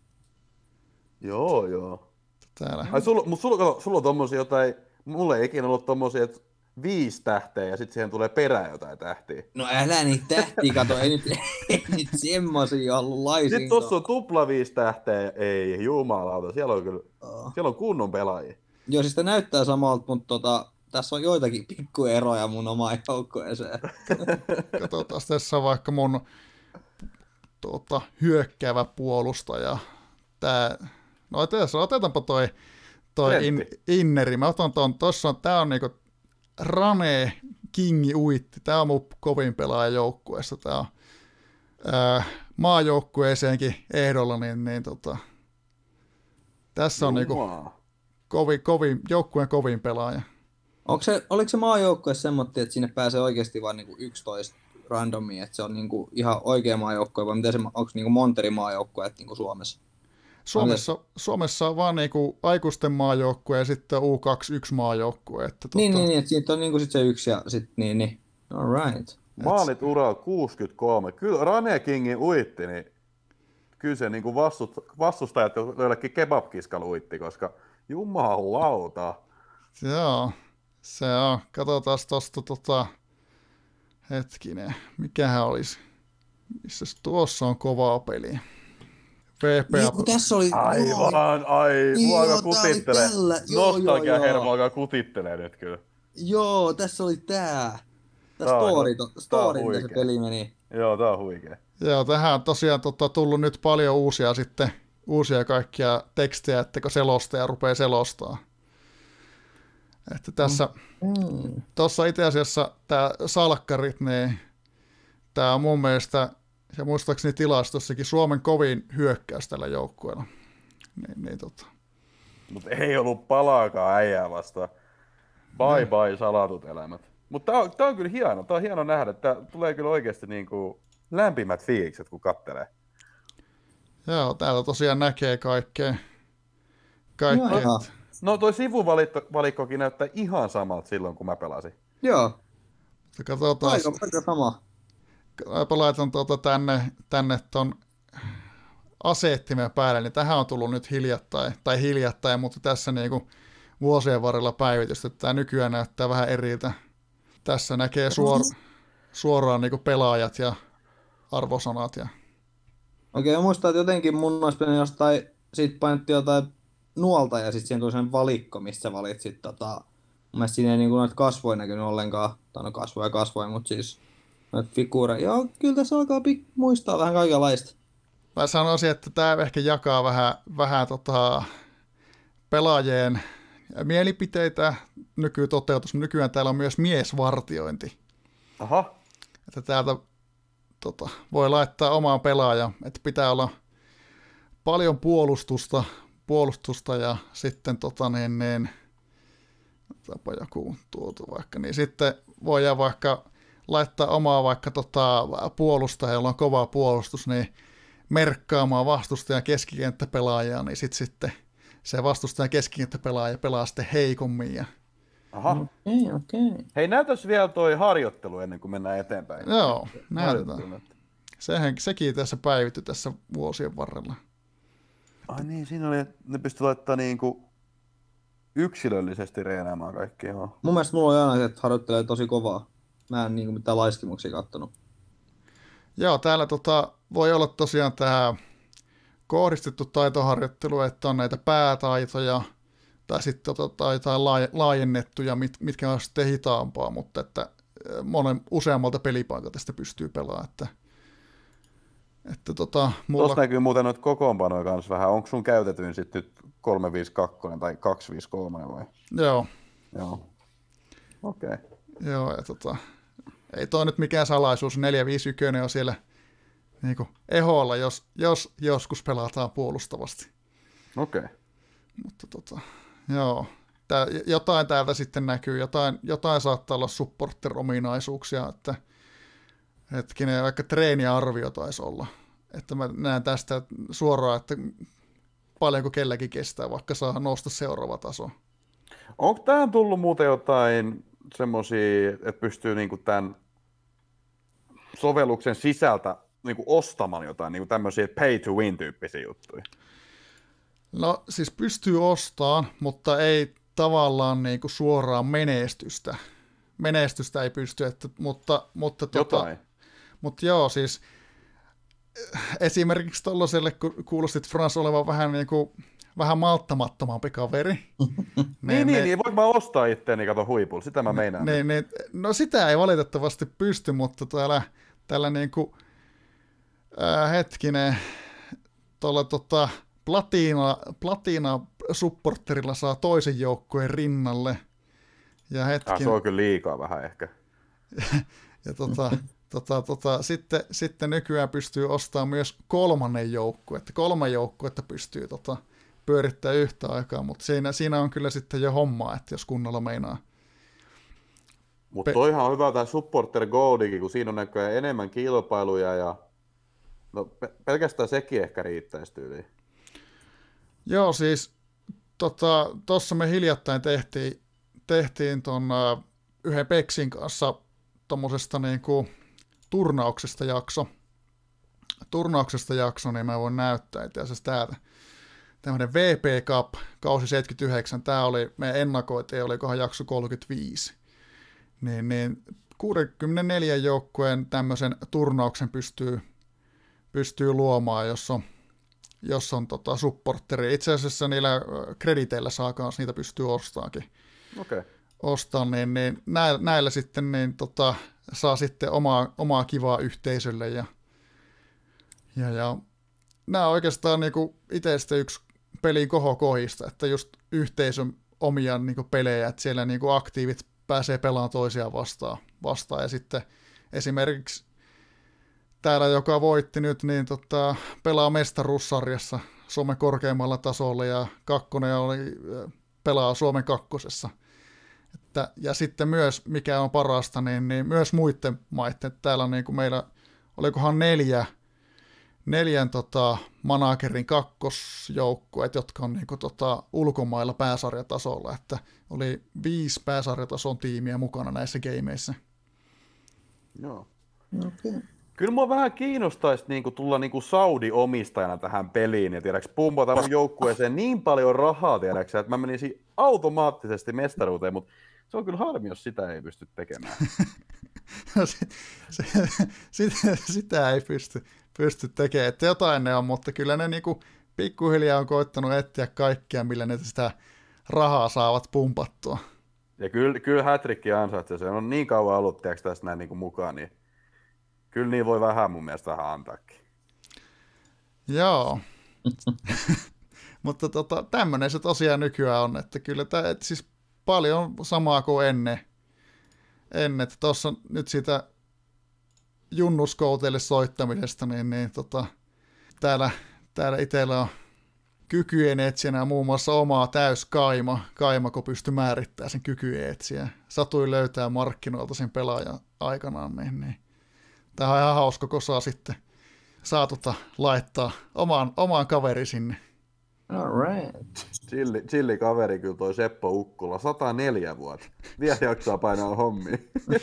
Joo. Täällä. Sulla on tommosia jotain, mulla ei ikinä ollut tommosia, että 5 tähteä ja sitten siihen tulee perään jotain tähtiä. No älä niitä tähtiä kato, ei nyt semmosia ollut laisinkaan. Sitten tossa on tupla 5 tähteä, ei jumalauta, siellä on kunnon pelaajia. Joo, siis sitä näyttää samalta, mutta tässä on joitakin pikkueroja mun omaan joukkueeseen. Katsotaan tässä vaikka mun hyökkäävä puolustaja. Otetaanpa toi Inneri. Mä otan tää on niinku Rane Kingi Uitti. Tää on mun kovin pelaaja joukkueessa. Tää on maajoukkueeseenkin ehdolla, niin tässä on niinku joukkueen kovin pelaaja. Oliko se maajoukkueessa semmoinen, että sinne pääsee oikeasti vain niinku 11 randomia, että se on niinku ihan oikea maajoukkue, vai miten onko niinku Monteri maajoukkue niinku Suomessa? Suomessa on vaan niinku aikuisten maajoukkue ja sitten U21 maajoukkue. Että niin, että siitä on niinku sit se yksi ja sitten niin. All right. Maalit uralla 63. Kyllä Rane Kingin Uitti, niin kyllä se niinku vastustajat joillekin kebabkiskalla uitti, koska jumalauta. Joo, se on. Katsotaan tuosta hetkinen, mikähän olisi. Missäs tuossa on kovaa peliä? VPA. Tässä oli... Aivan, mua alkaa kutittelee. Nostalgia-hermo alkaa kutittelee nyt kyllä. Joo, tässä oli tää. Story, mitä se peli meni. Joo, tää on huikea. Joo, tähän on tosiaan tullut nyt paljon uusia kaikkia tekstejä, että kun selostaja rupeaa selostaa. Että tuossa itse asiassa tämä salkkarit, niin tämä on mun mielestä, ja muistaakseni tilastossakin, Suomen kovin hyökkäys tällä joukkueella. Mutta ei ollut palaakaan äijää vastaan. Bye salatut elämät. Mutta tää on kyllä hieno. Tää on hieno nähdä, että tulee kyllä oikeasti niinku lämpimät fiilikset, kun kattelee. Joo, täällä tosiaan näkee kaikkea. No toi sivuvalikkokin näyttää ihan samalta silloin, kun mä pelasin. Joo. Katsotaan. Aika sama. Mä laitan tänne ton asettimen päälle, niin tähän on tullut nyt hiljattain, mutta tässä niinku vuosien varrella päivitystä. Tämä nykyään näyttää vähän eriltä. Tässä näkee suoraan niinku pelaajat ja arvosanat. Okei, mä muistan, että jotenkin mun olisi pitänyt siitä painettiin jotain nuolta ja sitten siihen tuli sen valikko, missä valitsit mun mielestä siinä ei niinku noita kasvoja näkynyt ollenkaan. Tai no kasvoja, mutta siis noita figuureja. Joo, kyllä tässä alkaa muistaa vähän kaikenlaista. Mä sanoisin, että tämä ehkä jakaa vähän pelaajien mielipiteitä nykytoteutus. Nykyään täällä on myös miesvartiointi. Aha. Että täältä voi laittaa omaan pelaajan, että pitää olla paljon puolustusta ja sitten joku tuotu vaikka, niin sitten voidaan vaikka laittaa omaa vaikka puolustaja, jolla on kova puolustus, niin merkkaamaan vastustajan keskikenttäpelaajaa, niin sitten se vastustajan keskikenttäpelaaja pelaa sitten heikommin. Aha. Okei. Hei, näytäs vielä toi harjoittelu ennen kuin mennään eteenpäin. Joo, näytetään. Sekin tässä päivittyi tässä vuosien varrella. Ai niin, siinä oli, että ne pystyi laittamaan niinku yksilöllisesti reenaamaan kaikkia. Mun mielestä mulla on aina, että harjoittelee tosi kovaa. Mä en niinku mitään laiskimuksia kattonut. Joo, täällä voi olla tosiaan tämä kohdistettu taitoharjoittelu, että on näitä päätaitoja, tai sitten jotain laajennettuja, mitkä on sitten hitaampaa, mutta että useammalta pelipaikalta sitä pystyy pelaamaan. Tuossa näkyy muuten noita kokoonpanoja kanssa vähän. Onko sun käytetyin sitten nyt 352 tai 253 vai? Joo. Okei. Joo, ja ei toi nyt mikään salaisuus. 451 on siellä niinku eholla, jos joskus pelataan puolustavasti. Okei. Mutta joo. Jotain täältä sitten näkyy, jotain saattaa olla supporter-ominaisuuksia, että hetkinen, vaikka treeniarvio taisi olla. Että mä näen tästä suoraan, että paljonko kelläkin kestää, vaikka saa nousta seuraava taso. Onko tähän tullut muuten jotain semmoisia, että pystyy niinku tämän sovelluksen sisältä niinku ostamaan jotain niinku tämmöisiä pay to win -tyyppisiä juttuja? No siis pystyy ostamaan, mutta ei tavallaan niinku suoraan menestystä. Menestystä ei pysty, mutta jotain. Mutta joo, siis esimerkiksi tuollaiselle, kun kuulostit Frans olevan vähän malttamattomampi kaveri. niin, voinko mä ostaa itteeni, kato huipulla, sitä mä meinaan. No sitä ei valitettavasti pysty, mutta täällä niinku, Hetkinen, tuolla Platina-supporterilla saa toisen joukkueen rinnalle. Ja se on kyllä liikaa vähän ehkä. Ja sitten nykyään pystyy ostamaan myös kolmannen joukkuetta. 3 joukkuetta pystyy pyörittämään yhtä aikaa, mutta siinä on kyllä sitten jo hommaa, että jos kunnolla meinaa. Mutta toihan on hyvä tämä Supporter Goldikin, kun siinä on näköjään enemmän kilpailuja ja pelkästään sekin ehkä riittäisi tyyliin. Joo, siis tuossa me hiljattain tehtiin ton yhden Peksin kanssa tuommoisesta niinku turnauksesta jakso, niin mä voin näyttää itse asiassa täältä. Tämmöinen VP Cup, kausi 79, tää oli, me ennakoitiin, olikohan jakso 35. Niin 64 joukkueen tämmöisen turnauksen pystyy luomaan, jos on supporteri. Itse asiassa niillä krediteillä saa kanssa, niitä pystyy ostaakin. Okay. Ostaa, niin näillä sitten saa sitten omaa kivaa yhteisölle. Ja nämä on oikeastaan niinku itse sitten yksi pelin kohokohista, että just yhteisön omia niinku pelejä, että siellä niinku aktiivit pääsee pelaamaan toisiaan vastaan. Ja sitten esimerkiksi täällä, joka voitti nyt, niin pelaa mestaruussarjassa Suomen korkeimmalla tasolla ja kakkonen pelaa Suomen kakkosessa. Ja sitten myös, mikä on parasta, niin myös muiden maiden. Täällä on niin kuin meillä, olikohan neljän managerin kakkosjoukkueet, jotka on niin kuin ulkomailla pääsarjatasolla. Että oli 5 pääsarjatason tiimiä mukana näissä gameissa. Joo. Okay. Kyllä mua vähän kiinnostaisi tulla Saudi-omistajana tähän peliin ja pumpata mun joukkueeseen niin paljon rahaa, että mä menisin automaattisesti mestaruuteen, mutta se on kyllä harmi, jos sitä ei pysty tekemään. Sitä ei pysty tekemään, että jotain ne on, mutta kyllä ne pikkuhiljaa on koittanut etsiä kaikkia, millä ne sitä rahaa saavat pumpattua. Ja kyllä Hätrikki ansaitsee, se on niin kauan ollut tässä näin mukaan, niin kyllä niin voi vähän mun mielestä vähän antaakin. Joo. Mutta tämmöinen se tosiaan nykyään on, että kyllä siis paljon samaa kuin ennen. Että tuossa nyt siitä junnuskouteille soittamisesta, niin täällä itsellä on kykyjen etsijänä muun muassa omaa täyskaima, kun pystyi määrittämään sen kykyjen etsiä. Satui löytää markkinoilta sen pelaajan aikanaan, niin tämä on ihan hauska, kun saa laittaa omaan kaveri sinne. All right. Chilli kaveri kyllä toi Seppo Ukkula, 104 vuotta. Vielä jaksaa painaa hommia.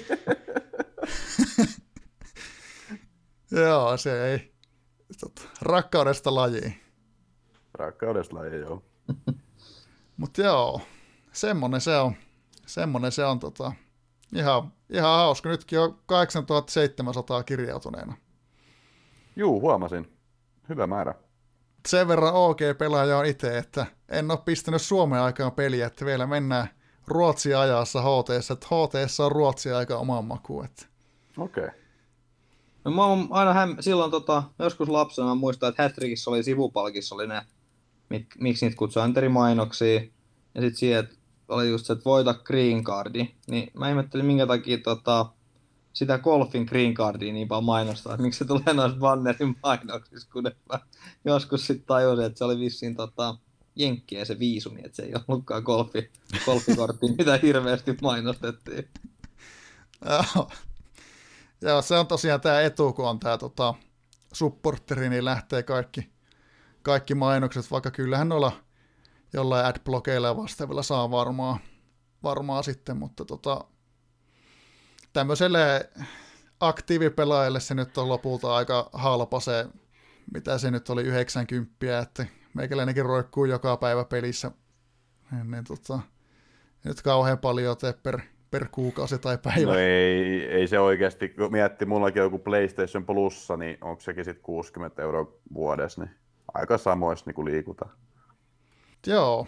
Joo, se ei. Rakkaudesta lajiin. Rakkaudesta lajiin, joo. Mutta joo, semmonen se on ihan hauska. Nytkin on 8700 kirjautuneena. Juu, huomasin. Hyvä määrä. Sen verran OG-pelaaja on itse, että en ole pistänyt Suomen aikaan peliä, että vielä mennään Ruotsin ajassa HT:ssä, että HT:ssä on Ruotsin aika oman makuun. Okei. No, mä oon aina silloin joskus lapsena mä muistan, että Hätrikissä oli sivupalkissa oli ne, miksi niitä kutsuu mainoksia. Ja sit siihen, että oli just se, että voita green cardi. Niin mä ihmettelin, minkä takia sitä golfin green cardia niin paljon mainostaa, että miksi se tulee noissa bannerin mainoksissa, kun mä joskus sitten tajusin, että se oli vissiin jenkkien se viisumi, että se ei ollutkaan golfikortti, mitä hirveästi mainostettiin. Joo, se on tosiaan tämä etu, kun on tämä supporteri, niin lähtee kaikki mainokset, vaikka kyllähän noilla jollain adblockeilla ja vastaavilla saa varmaa sitten, mutta tämmöiselle aktiivipelaajalle se nyt on lopulta aika halpa se, mitä se nyt oli 90, että meikäläinenkin roikkuu joka päivä pelissä. Nyt kauhean paljon per kuukausi tai päivä. No ei se oikeasti, kun miettii, mullakin on joku PlayStation Plussa, niin onko sekin sitten 60 € vuodessa, niin aika samoissa niin liikutaan. Joo,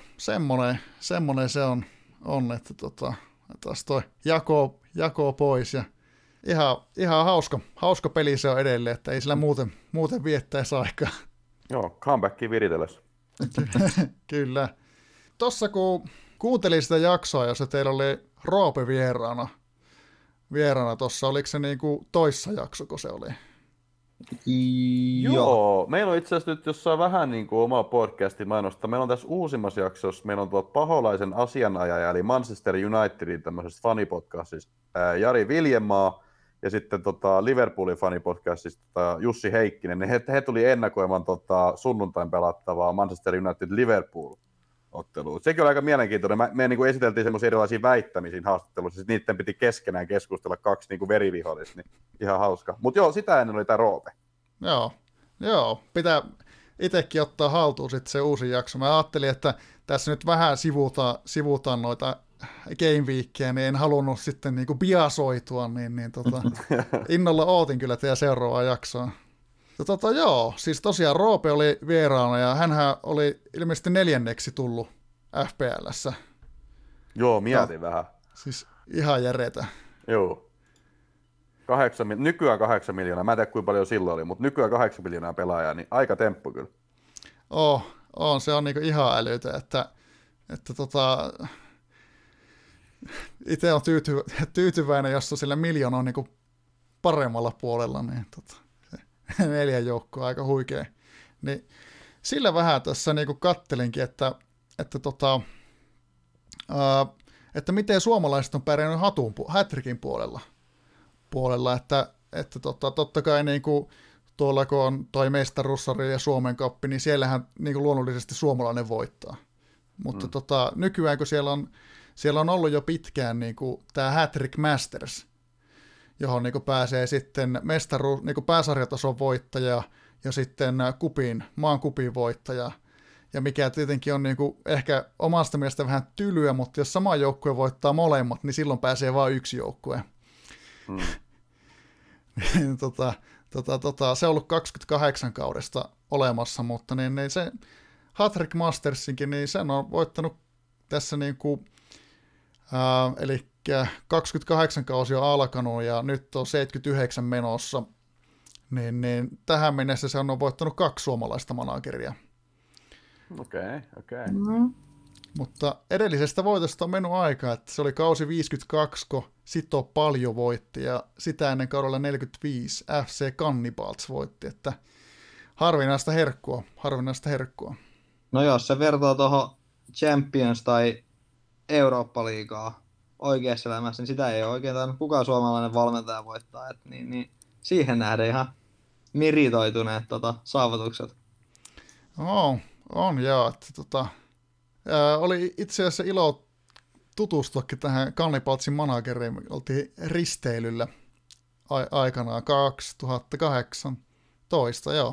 semmonen se on että taas toi jako pois ja ihan hauska peli se on edelleen, että ei sillä muuten viettäisi aikaa. Joo, comebackiin viritellessä. Kyllä. Tossa kun kuuntelin sitä jaksoa, jossa teillä oli Roope vieraana tossa, oliko se niinku toissa jakso, kun se oli? Joo, meillä on itse asiassa nyt jossain vähän niin kuin omaa podcastin mainosta. Meillä on tässä uusimmassa jaksossa, meillä on tuolta Paholaisen asianajaja, eli Manchester Unitedin tämmöisessä fanipodcastissa Jari Viljemaa, ja sitten Liverpoolin fanipodcastista Jussi Heikkinen. He tuli ennakoimaan sunnuntain pelattavaa Manchester United Liverpool-ottelua. Sekin oli aika mielenkiintoinen. Me niin kuin esiteltiin semmoisia erilaisia väittämisiä haastatteluissa, siis niiden piti keskenään keskustella kaksi niin kuin verivihollista, niin ihan hauska. Mutta joo, sitä ennen oli tämä Roope. Joo, pitää itsekin ottaa haltuun sitten se uusi jakso. Mä ajattelin, että tässä nyt vähän sivutaan noita Game Weekia, niin en halunnut sitten niinku biasoitua, niin innolla ootin kyllä teidän seuraavaa jaksoa. Joo, siis tosiaan Roope oli vieraana ja hänhän oli ilmeisesti 4. tullut FPL:ssä. Joo, mietin vähän. Siis ihan järetä. Joo. Nykyään 8 miljoonaa, mä en tiedä kuinka paljon silloin oli, mutta nykyään 8 miljoonaa pelaajaa, niin aika temppu kyllä. Se on niinku ihan älytä, että itse on tyytyväinen, jos on sillä miljoonaa niinku paremmalla puolella, niin 4 joukkoa aika huikea. Niin sillä vähän tässä niinku kattelinkin, että miten suomalaiset on pärjännyt hat-trickin puolella, että totta kai niinku tuolla kun on toi mestaruussarja ja Suomen kappi, niin siellähän niinku luonnollisesti suomalainen voittaa. Mutta nykyään kun siellä on ollut jo pitkään niinku tämä Hat-Trick Masters, johon niinku pääsee sitten niinku pääsarjatason voittaja ja sitten maan kupin voittaja. Ja mikä tietenkin on niinku ehkä omasta mielestä vähän tylyä, mutta jos sama joukkue voittaa molemmat, niin silloin pääsee vain yksi joukkue. Se on ollut 28 kaudesta olemassa, mutta niin se Hat-Trick Mastersinkin, niin sen on voittanut tässä niinku, eli 28 kausi on alkanut ja nyt on 79 menossa, niin tähän mennessä se on voittanut 2 suomalaista manageria. Okei. Mutta edellisestä voitosta on mennyt aikaa, että se oli kausi 52, kun Sito Paljon voitti, ja sitä ennen kaudella 45 FC Cannibals voitti, että harvinaista herkkua. No jos se vertaa tuohon Champions tai Eurooppa-liigaa oikeassa elämässä, niin sitä ei ole oikein tainnut kukaan suomalainen valmentaja voittaa, että niin siihen nähden ihan meritoituneet saavutukset. On joo, että oli itse asiassa ilo tutustuakin tähän Cannibalsin manageriin. Oltiin risteilyllä aikanaan 2018, joo.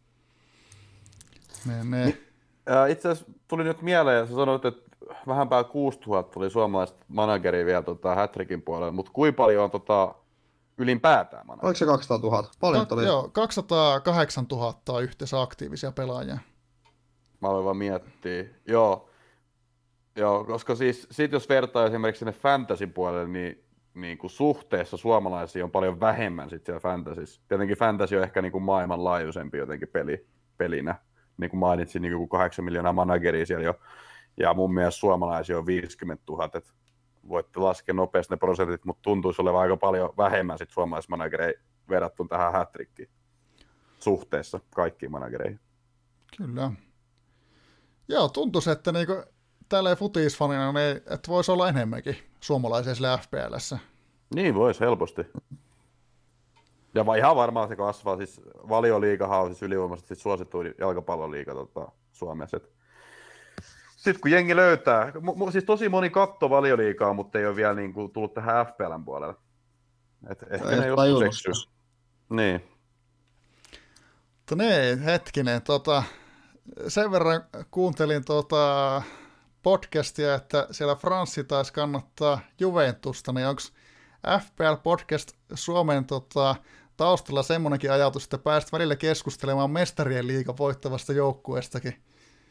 Itse asiassa tuli nyt mieleen, sä sanoit, että vähän päällä 6000 tuli suomalaista manageria vielä Hat-Trickin puolella, mutta kuinka paljon on ylipäätään manageria? Oliko se 200 000? Paljon tuli. Joo, 208 000 yhteensä aktiivisia pelaajia. Mä aloin vaan miettiä. Joo, koska siis sit jos vertaa esimerkiksi sinne fantasyn puolelle, niin kuin suhteessa suomalaisia on paljon vähemmän sit siellä fantasyssä. Tietenkin fantasy on ehkä niin kuin maailmanlaajuisempi jotenkin pelinä. Niin kuin mainitsin, niin kuin 8 miljoonaa manageria siellä jo. Ja mun mielestä suomalaisia on 50 000. Et voitte laskea nopeasti ne prosentit, mutta tuntuisi olevan aika paljon vähemmän sit suomalaismanagereja verrattuna tähän hat-trickiin suhteessa kaikkiin managereihin. Kyllä. Joo, tuntuisi, että niinku tälleen futisfanina, niin, että voisi olla enemmänkin suomalaisia sillä FPL:ssä. Niin voisi helposti. Ja ihan varmaan se kasvaa. Siis Valioliigahan on siis ylivoimaisesti suosittuin jalkapalloliiga Suomessa. Sitten kun jengi löytää, siis tosi moni katto Valioliigaa, mutta ei ole vielä niin kuin tullut tähän FPL:n puolelle. Ehkä ne joskus eksyy. Niin. Mutta niin, hetkinen, sen verran kuuntelin podcastia, että siellä Franssi taisi kannattaa Juventusta, niin onko FPL Podcast Suomen taustalla semmoinenkin ajatus, että päästä välillä keskustelemaan mestarien liigan voittavasta joukkueestakin?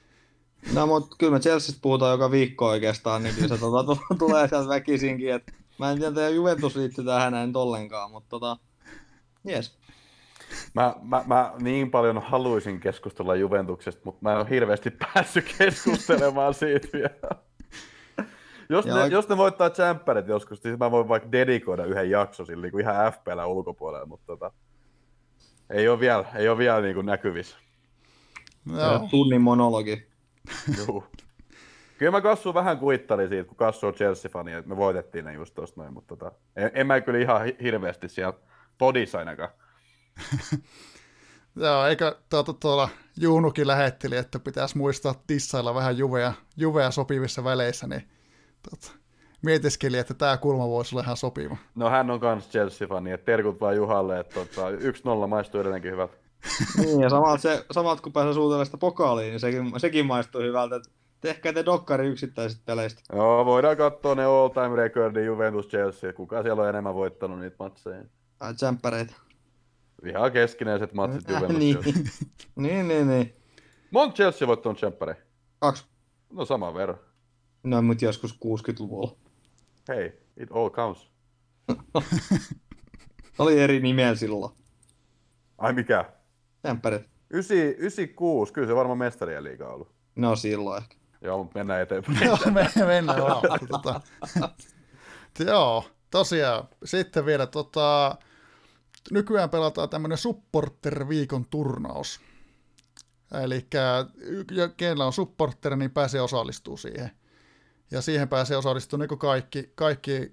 No, mutta kyllä me Chelseasta puhutaan joka viikko oikeastaan, niin kyllä se tulee sieltä väkisinkin, että Mä en tiedä, että Juventus liittyy tähän näin ollenkaan, mutta jes. Mä niin paljon haluaisin keskustella Juventuksesta, mutta mä en ole hirveästi päässyt keskustelemaan siitä vielä. Jos ne voittaa tsemppärit joskus, niin mä voin vaikka dedikoida yhden jakson sille niin kuin ihan FPL ulkopuolella, mutta ei ole vielä niin kuin näkyvissä. No. Tunnin monologi. Juu. Kyllä mä Kassu vähän kuittalin siitä, kun Kassu on Chelsea-fani, että me voitettiin ne just tosta noin, mutta en mä kyllä ihan hirveästi siellä podissa ainakaan. Joo, eikö tuolla Juunukin lähetteli, että pitäisi muistaa tissailla vähän juvea sopivissa väleissä, niin mietiskeli, että tämä kulma voisi olla ihan sopiva. No hän on kans Chelsea-fani, että terkut vaan Juhalle, että 1-0 maistuu edelleenkin hyvältä. Niin, ja samat kun pääsee suutelemaan sitä pokaaliin, niin sekin maistuu hyvältä. Että tehkää te dokkari yksittäisistä peleistä. Joo, voidaan katsoa ne all-time recordin Juventus-Chelsea, kuka siellä on enemmän voittanut niitä matseja. Tsemppäreitä. Ihan keskinäiset matsit Juventus-Chelsea. Niin. Monta Chelsea voittanut tsemppäreitä? 2. No saman verran. No, mutta joskus 60-luvulla. Hei, it all counts. Oli eri nimellä silloin. Ai mikä? Tsemppärit. 96, kyllä se varmaan mestarien liiga on ollut. No silloin ehkä. Joo, mutta mennään eteenpäin. Joo, mennään vaan. Joo, tosiaan. Sitten vielä nykyään pelataan tämmöinen supporter-viikon turnaus. Eli kenellä on supporter, niin pääsee osallistumaan siihen. Ja siihen pääsee osallistumaan niin kaikki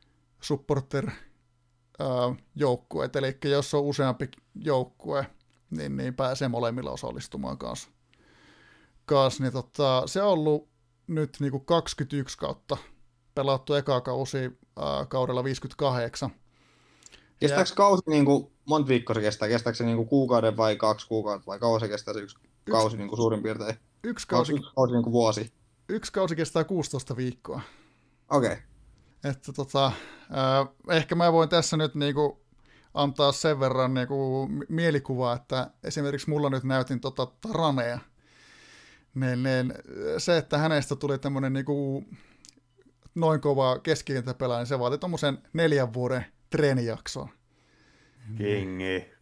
supporter-joukkueet. Eli jos on useampi joukkue, niin pääsee molemmilla osallistumaan kanssa. Niin se on ollut nyt niin kuin 21 kautta pelattu eka kausi kaudella 58. Kestääkö kausi niin kuin, monta viikkoa se kestää? Kestääkö se niin kuin kuukauden vai 2 kuukautta vai kauan se kestää se yksi kausi niin kuin suurin piirtein? Yksi kausi niin kuin vuosi. Yksi kausi kestää 16 viikkoa. Okei. Että ehkä mä voin tässä nyt niinku antaa sen verran niinku mielikuvaa, että esimerkiksi mulla nyt näytin Ranea. Niin se, että hänestä tuli tämmönen niinku noin kova keskikenttäpelaaja, niin se vaati tommosen 4 vuoden treenijakson. Kingi.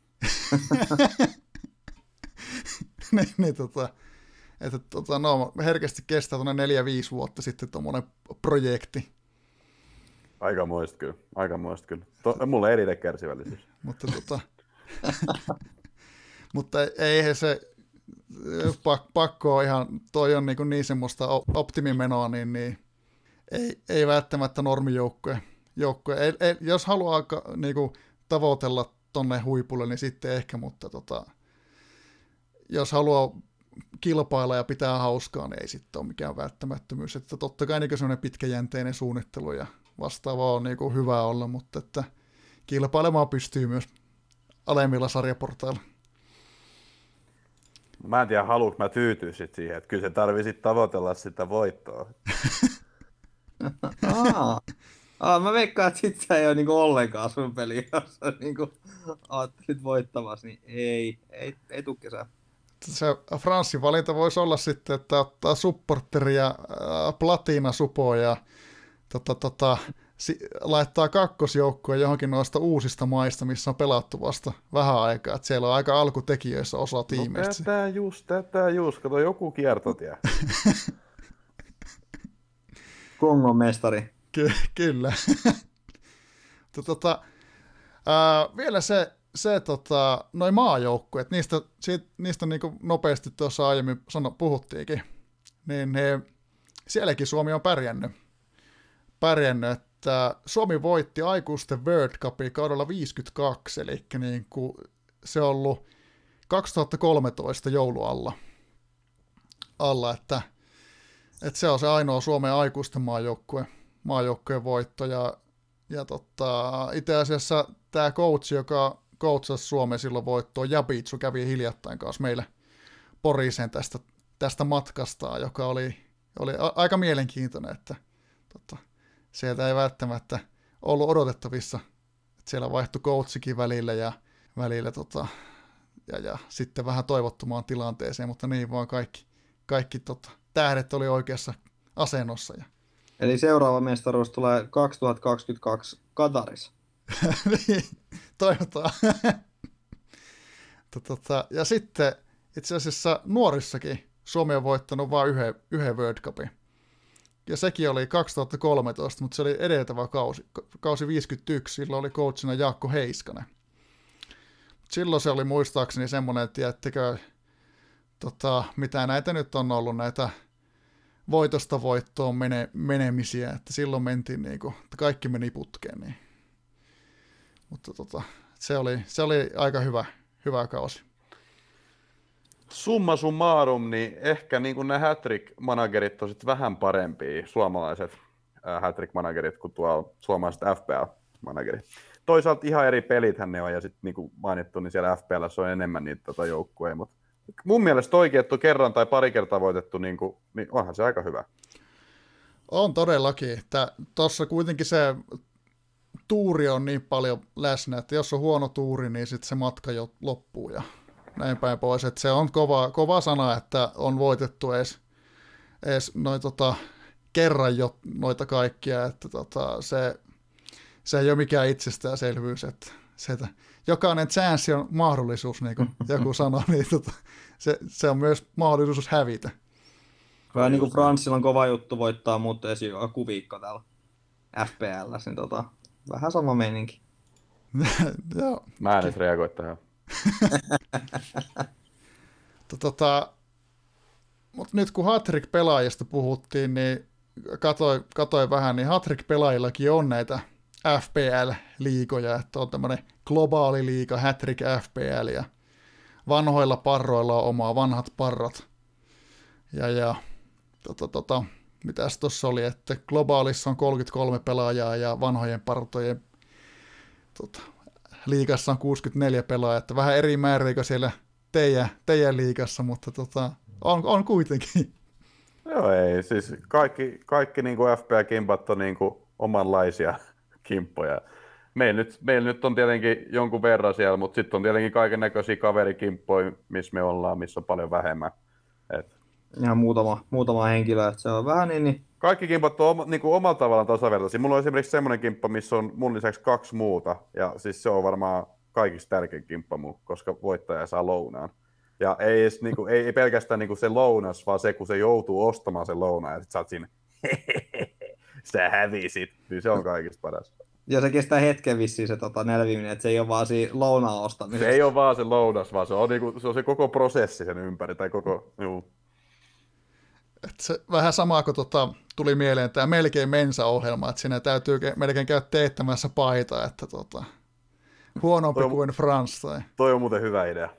No, herkästi kestää tuonne 4-5 vuotta sitten tuommoinen projekti. Aikamoista kyllä. Mulla ei riitä kärsivällisyys. Mutta eihän se pakko on ihan, toi on niin semmoista optimimenoa, niin ei välttämättä normijoukkoja. Jos haluaa niinku tavoitella tonne huipulle, niin sitten ehkä, mutta jos haluaa kilpailla ja pitää hauskaa, niin ei sitten ole mikään välttämättömyys. Että totta kai niin semmoinen pitkäjänteinen suunnittelu ja vastaava on niin hyvä olla, mutta että kilpailemaan pystyy myös alemmilla sarjaportailla. Mä en tiedä, haluanko mä tyytyä sit siihen, että kyllä se tarvii sit tavoitella sitä voittoa. Mä veikkaan, että sit ei ole niinku ollenkaan sun peli, jos sä niinku ajattelit voittamassa, niin ei tuu kesää. Se Franssin valinta voisi olla sitten, että ottaa supporteri ja platina-supo ja laittaa kakkosjoukkueen johonkin noista uusista maista, missä on pelattu vasta vähän aikaa. Että siellä on aika alkutekijöissä osa tiimeistä. No tätä just. Kato, joku kiertotie. Kongon mestari. Kyllä. Vielä noin maajoukkueet, niistä niin kuin nopeasti tuossa aiemmin puhuttiinkin, niin sielläkin Suomi on pärjännyt, että Suomi voitti aikuisten World Cupia kaudella 52, eli niin kuin se on ollut 2013 joulualla, että se on se ainoa Suomen aikuisten maajoukkueen voitto, ja itse asiassa tämä coach, joka coachasi Suomen silloin voittoon, Jabitsu, kävi hiljattain kanssa meillä Poriseen tästä matkastaan, joka oli aika mielenkiintoinen, että sieltä ei välttämättä ollut odotettavissa, että siellä vaihtui coachikin välillä ja sitten vähän toivottomaan tilanteeseen, mutta niin vaan kaikki tähdet oli oikeassa asennossa ja Eli seuraava mestaruus tulee 2022 Katarissa. Niin, toivotaan. Ja sitten itse asiassa nuorissakin Suomi on voittanut vain yhden World Cupin. Ja sekin oli 2013, mutta se oli edeltävä kausi 51, silloin oli coachina Jaakko Heiskanen. Silloin se oli muistaakseni semmoinen, että tiedättekö, mitä näitä nyt on ollut, näitä voitosta voittoon menemisiä, että silloin mentiin niinku, että kaikki meni putkeen. Niin. Mutta se oli aika hyvä kausi. Summa summarum, niin ehkä niin kuin nämä hat-trick-managerit on vähän parempia, suomalaiset hat-trick-managerit, kuin tuolla suomalaiset FPL-managerit. Toisaalta ihan eri pelithän ne on, ja sitten niin kuin mainittu, niin siellä FPL:ssä on enemmän niitä joukkueita, mutta mun mielestä toikin, että on kerran tai pari kertaa voitettu, niin onhan se aika hyvä. On todellakin, että tuossa kuitenkin se tuuri on niin paljon läsnä, että jos on huono tuuri, niin sitten se matka jo loppuu ja näin päin pois. Että se on kova sana, että on voitettu edes kerran jo noita kaikkia, että se ei ole mikään itsestäänselvyys, että jokainen chanssi on mahdollisuus, niin kuin joku sanoi, niin se on myös mahdollisuus hävitä. Vähän niin kuin Franssilla on kova juttu voittaa, mutta esim. Joku viikko täällä FPL:ssä, niin vähän sama meininki. Joo. Mä en edes reagoi tähän. Mutta nyt kun hat-trick-pelaajista puhuttiin, niin katsoin vähän, niin hat-trick-pelaajillakin on näitä FPL-liigoja, että on tämmöinen globaali liiga, hat-trick FPL, ja vanhoilla parroilla on omaa vanhat parrat. Ja mitäs tuossa oli, että globaalissa on 33 pelaajaa ja vanhojen partojen liigassa on 64 pelaajaa, että vähän eri määriä kuin siellä teidän liigassa, mutta on kuitenkin. Joo, ei, siis kaikki niin kuin FPL-kimpat on niin kuin omanlaisia kimppoja. Meillä nyt on tietenkin jonkun verran siellä, mutta sitten on tietenkin kaiken näköisiä kaverikimppoja, missä me ollaan, missä on paljon vähemmän. Ihan muutama henkilö, että se on vähän niin. Kaikki kimpat on niin kuin omalla tavallaan tasavertaisia. Mulla on esimerkiksi semmoinen kimppa, missä on mun lisäksi 2 muuta, ja siis se on varmaan kaikista tärkein kimppa mun, koska voittaja saa lounaan. Ja ei, edes, niin kuin, ei pelkästään niin kuin se lounas, vaan se, kun se joutuu ostamaan sen lounaan, ja sit sä oot siinä, sä hävisit, niin se on kaikista paras. Ja se kestää hetken vissiin se nelviminen, että se ei ole vaan siinä lounaan ostamisessa. Se ei ole vaan se lounas, vaan se on, niinku, se on se koko prosessi sen ympäri, tai koko, juu. Et se vähän samaa kuin tuli mieleen tämä melkein mensa-ohjelma, että siinä täytyy melkein käydä teettämässä paita, että huonompi kuin Frans. Toi on muuten hyvä idea,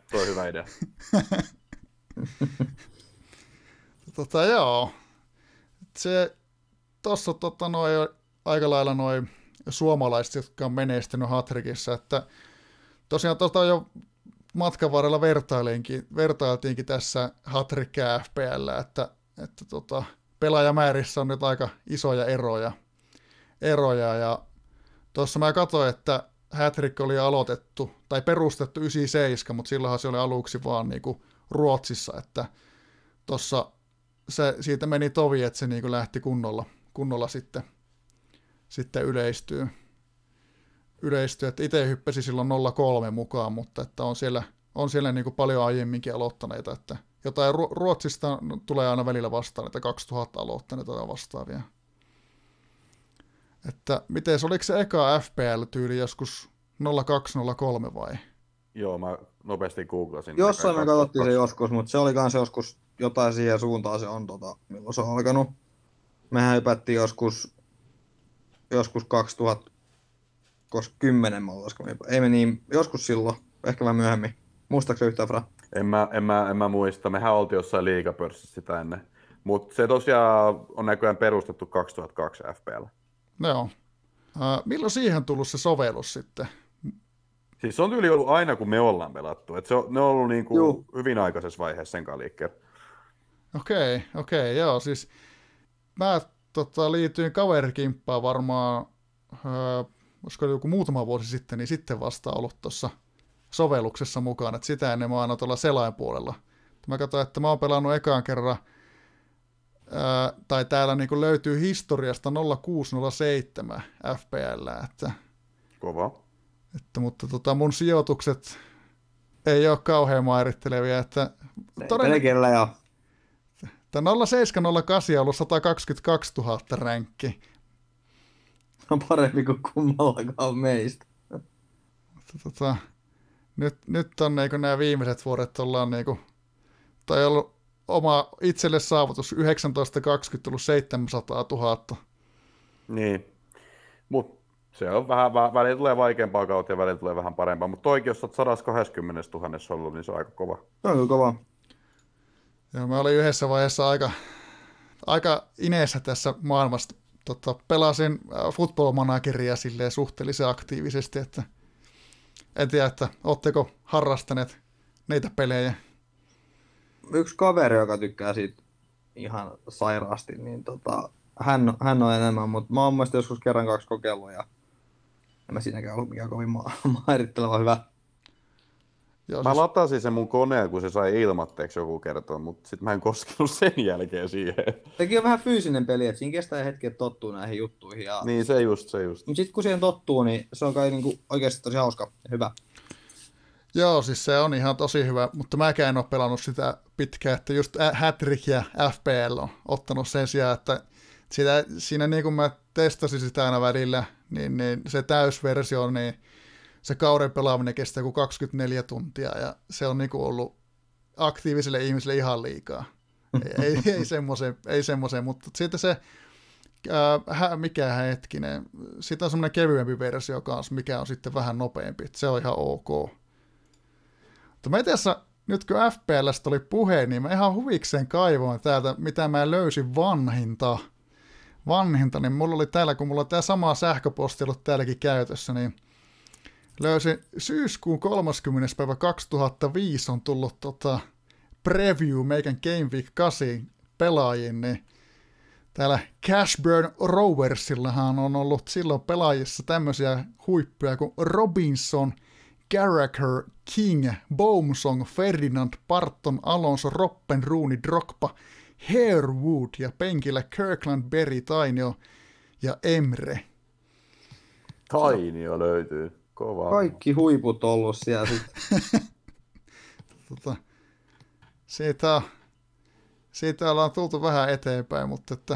Joo, se tuossa aika lailla noin suomalaiset, jotka on menestynyt hat-trickissa, että tosiaan jo matkan varrella vertailtiinkin tässä hat-trickia FPL, että pelaajamäärissä on nyt aika isoja eroja ja tuossa mä katsoin, että hat-trick oli aloitettu tai perustettu 97, mutta silloinhan se oli aluksi vaan niinku Ruotsissa, että tuossa siitä meni tovi, että se niinku lähti kunnolla sitten yleistyy, että itse hyppäsi silloin 03 mukaan, mutta että on siellä niin kuin paljon aiemminkin aloittaneita, että jotain Ruotsista tulee aina välillä vastaan, että 2000 aloittaneita tai vastaavia. Että miten oliko se eka FPL-tyyli joskus 0203 vai? Joo, mä nopeasti googlasin. Jossain me katsottiin se joskus, mutta se oli kans joskus jotain siihen suuntaan se on, milloin se on alkanut. Mehän hypättiin joskus 2010 ei me niin, joskus silloin, ehkä vähän myöhemmin. Muistaakseni yhtään, Fra? En mä muista, mehän oltiin jossain liigapörssissä sitä ennen. Mutta se tosiaan on näköjään perustettu 2002 FPL. Joo. Milloin siihen tullut se sovellus sitten? Siis se on tyyli ollut aina, kun me ollaan pelattu. Ne on ollut niinku hyvin aikaisessa vaiheessa sen kanssa liikkeellä. Okei, joo. Siis mä liityin kaverikimppaan varmaan, olisiko joku muutama vuosi sitten, niin sitten vasta ollut tuossa sovelluksessa mukaan, että sitä ennen mä oon tuolla selainpuolella. Mä katsoin, että mä oon pelannut ekaan kerran tai täällä niin kuin löytyy historiasta 0607 FPL, Kova. mutta mun sijoitukset ei ole kauhean mairittelevia, että Pelkellä joo. 0708 on ollut 122 000 ränkki. On parempi kuin kummallakaan meistä. Nyt on niin nämä viimeiset vuodet ollaan niin kuin, tai on ollut oma itselle saavutus 1920 tullut 700 000. Niin, mutta se on vähän, välillä tulee vaikeampaa kautta ja välillä tulee vähän parempaa, mutta toikin, jos olet 120 000 ollut, niin se on aika kova. Se on kova. Joo, mä olin yhdessä vaiheessa aika ineessä tässä maailmassa. Pelasin Football Manageria silleen suhteellisen aktiivisesti, että en tiedä, että ootteko harrastaneet niitä pelejä? Yksi kaveri, joka tykkää siitä ihan sairaasti, niin hän on enemmän, mutta mä oon mielestäni joskus kerran 2 kokeillut ja en mä siinäkään ollut mikään kovin mairitteleva hyvä. Joo, mä latasin sen mun koneen, kun se sai ilmatteeksi joku kertoa, mutta sitten mä en koskenut sen jälkeen siihen. Sekin on vähän fyysinen peli, että siinä kestää hetki, että tottuu näihin juttuihin. Ja... Niin, se just. Mutta sitten kun siihen tottuu, niin se on kai niinku oikeasti tosi hauska ja hyvä. Joo, siis se on ihan tosi hyvä, mutta mäkään en ole pelannut sitä pitkään, että just Hattrick ja FPL on ottanut sen sijaan, että siinä niin kuin mä testasin sitä aina välillä, niin se täysversio, niin se kauden pelaaminen kestää kuin 24 tuntia, ja se on niin kuin ollut aktiiviselle ihmiselle ihan liikaa. ei semmoisen, mutta sitten se, mikä hetkinen, siitä on semmoinen kevyempi versio kanssa, mikä on sitten vähän nopeampi, se on ihan ok. Mutta mä tässä, nyt kun FPL:stä oli puhe, niin mä ihan huvikseen kaivoin täältä, mitä mä löysin vanhinta, niin mulla oli täällä, kun mulla on tää sama sähköposti ollut täälläkin käytössä, niin löysin syyskuun 30. päivä 2005 on tullut preview meikän Game Week 8 pelaajiin, niin täällä Cashburn Roversillahan on ollut silloin pelaajissa tämmöisiä huippuja kuin Robinson, Gallagher, King, Boumsong, Ferdinand, Parton, Alonso, Roppen, Rooney, Drogba, Harewood ja penkillä Kirkland, Berry, Tainio ja Emre. Tainio löytyy. Kova. Kaikki huiput ollut siellä sitten. Siitä ollaan tultu vähän eteenpäin, mutta että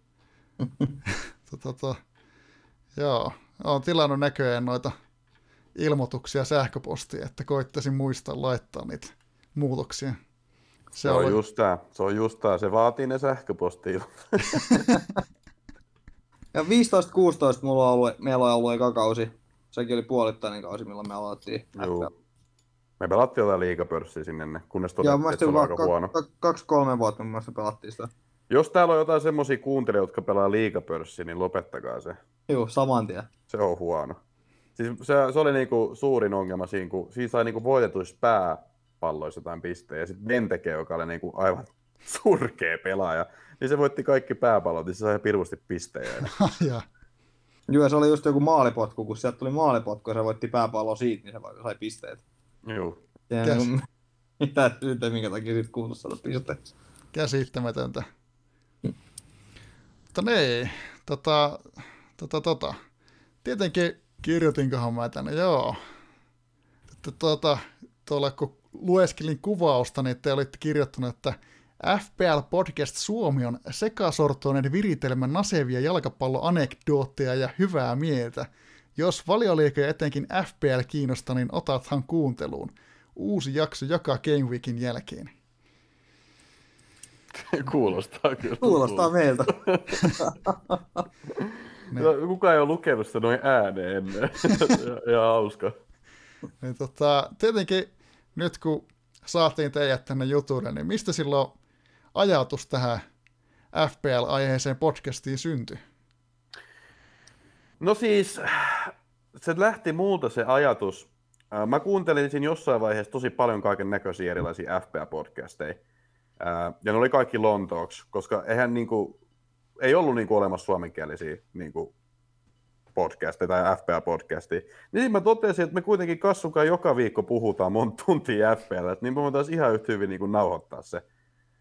joo, olen tilannut näköjään noita ilmoituksia sähköpostiin, että koittaisin muistaa laittaa niitä muutoksia. Se on just tää. Se vaatii ne sähköpostiin. Ja 15-16 meillä on ollut eka kausi. Sekin oli puolittainen kausi, milloin me aloitettiin. Joo. Me pelattiin jotain liigapörssiä sinne, kunnes todettiin, että se on aika huono. 2-3 vuotta mun mielestä pelattiin sitä. Jos täällä on jotain semmosia kuuntelijoita, jotka pelaa liigapörssiä, niin lopettakaa se. Joo, saman tien. Se on huono. Siis se oli niinku suurin ongelma siinä, kun siinä sai niinku voitetuissa pääpalloissa jotain pisteitä, ja sitten Benteke, joka oli niinku aivan surkea pelaaja, niin se voitti kaikki pääpallot, niin se sai pirvusti pistejä. Joo, se oli just joku maalipotku, kun sieltä tuli maalipotku ja se voitti pääpalloa siitä, niin se sai pisteet. Joo. Mitä syytä, minkä takia siitä kuuluisi saada pisteet. Käsittämätöntä. Mutta niin, tietenkin kirjoitinkohan mä tänne, joo. Tuolla kun lueskelin kuvausta, niin te olitte kirjoittanut, että FPL Podcast Suomi on sekasortoinen viritelmä nasevia jalkapalloanekdootteja ja hyvää mieltä. Jos Valioliiga ja etenkin FPL kiinnostaa, niin otathan kuunteluun. Uusi jakso joka Game Weekin jälkeen. Kuulostaa kyllä. Kuulostaa meiltä. Kukaan ei ole lukenut sitä noin ääneen ennen. Ja hauska. Niin, tietenkin nyt kun saatiin teidät tänne jutuille, niin mistä silloin ajatus tähän FPL-aiheeseen podcastiin syntyi? No siis, se lähti multa se ajatus. Mä kuuntelin siinä jossain vaiheessa tosi paljon kaiken näköisiä erilaisia FPL-podcasteja. Ja ne oli kaikki Lontooksi, koska ei ollut olemassa suomenkielisiä podcasteja tai FPL-podcasteja. Niin mä totesin, että me kuitenkin Kassukaan joka viikko puhutaan monta tuntia FPL, niin me voitaisiin ihan yhtä hyvin nauhoittaa se.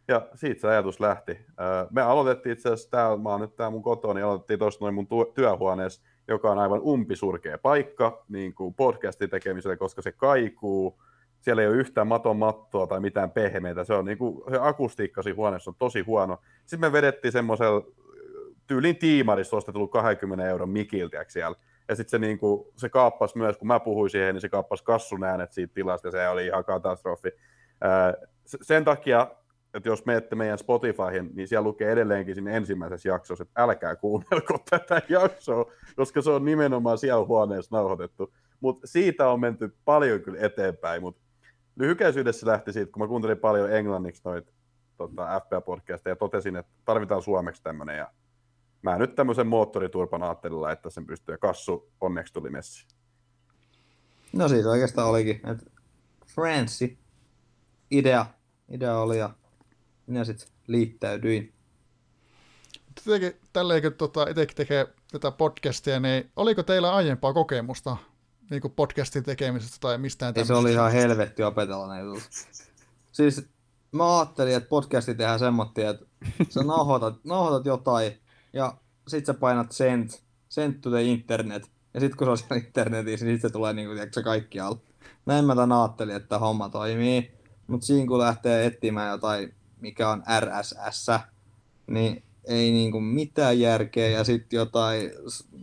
Ja siitä se ajatus lähti. Me aloitettiin itse asiassa, tää mun kotoni, niin aloitettiin tuossa noin mun työhuoneessa, joka on aivan umpisurkea paikka niin kuin podcastin tekemiselle, koska se kaikuu. Siellä ei ole yhtään maton mattoa tai mitään pehmeitä. Se on niin kuin, se akustiikka siinä huoneessa on tosi huono. Sitten me vedettiin semmoisella tyylin tiimarissa ostetullut 20 € mikiltä siellä. Ja sitten se, niinku, se kaappasi myös, kun mä puhuin siihen, niin se kaappasi kassun äänet siitä tilasta, ja se oli ihan katastrofi. Sen takia, että jos menette meidän Spotifyhin, niin siellä lukee edelleenkin siinä ensimmäisessä jaksossa, että älkää kuunnelko tätä jaksoa, koska se on nimenomaan siellä huoneessa nauhoitettu. Mutta siitä on menty paljon kyllä eteenpäin, mutta lyhykäisyydessä lähti siitä, kun mä kuuntelin paljon englanniksi noita FPA-podcasteja, ja totesin, että tarvitaan suomeksi tämmöinen, ja mä nyt tämmöisen moottoriturpan ajattelin laittaa sen pystyyn, ja Kassu onneksi tuli messiin. No siitä oikeastaan olikin, että Franssi idea oli, ja minä sitten liittäydyin. Tälleen kun itsekin tekee tätä podcastia, niin oliko teillä aiempaa kokemusta niin kuin podcastin tekemisestä tai mistään tämmöistä? Se oli ihan helvetti opetella ne jutut. Siis mä ajattelin, että podcasti tehdään semmoittia, että sä nauhoitat jotain ja sit sä painat send to the internet. Ja sit kun se on siellä internetissä, niin sit se tulee niinku tiedätkö kaikkialla. Näin mä tän ajattelin, että homma toimii. Mut siinä kun lähtee etsimään jotain, mikä on RSS, niin ei niinku mitään järkeä. Ja sit jotain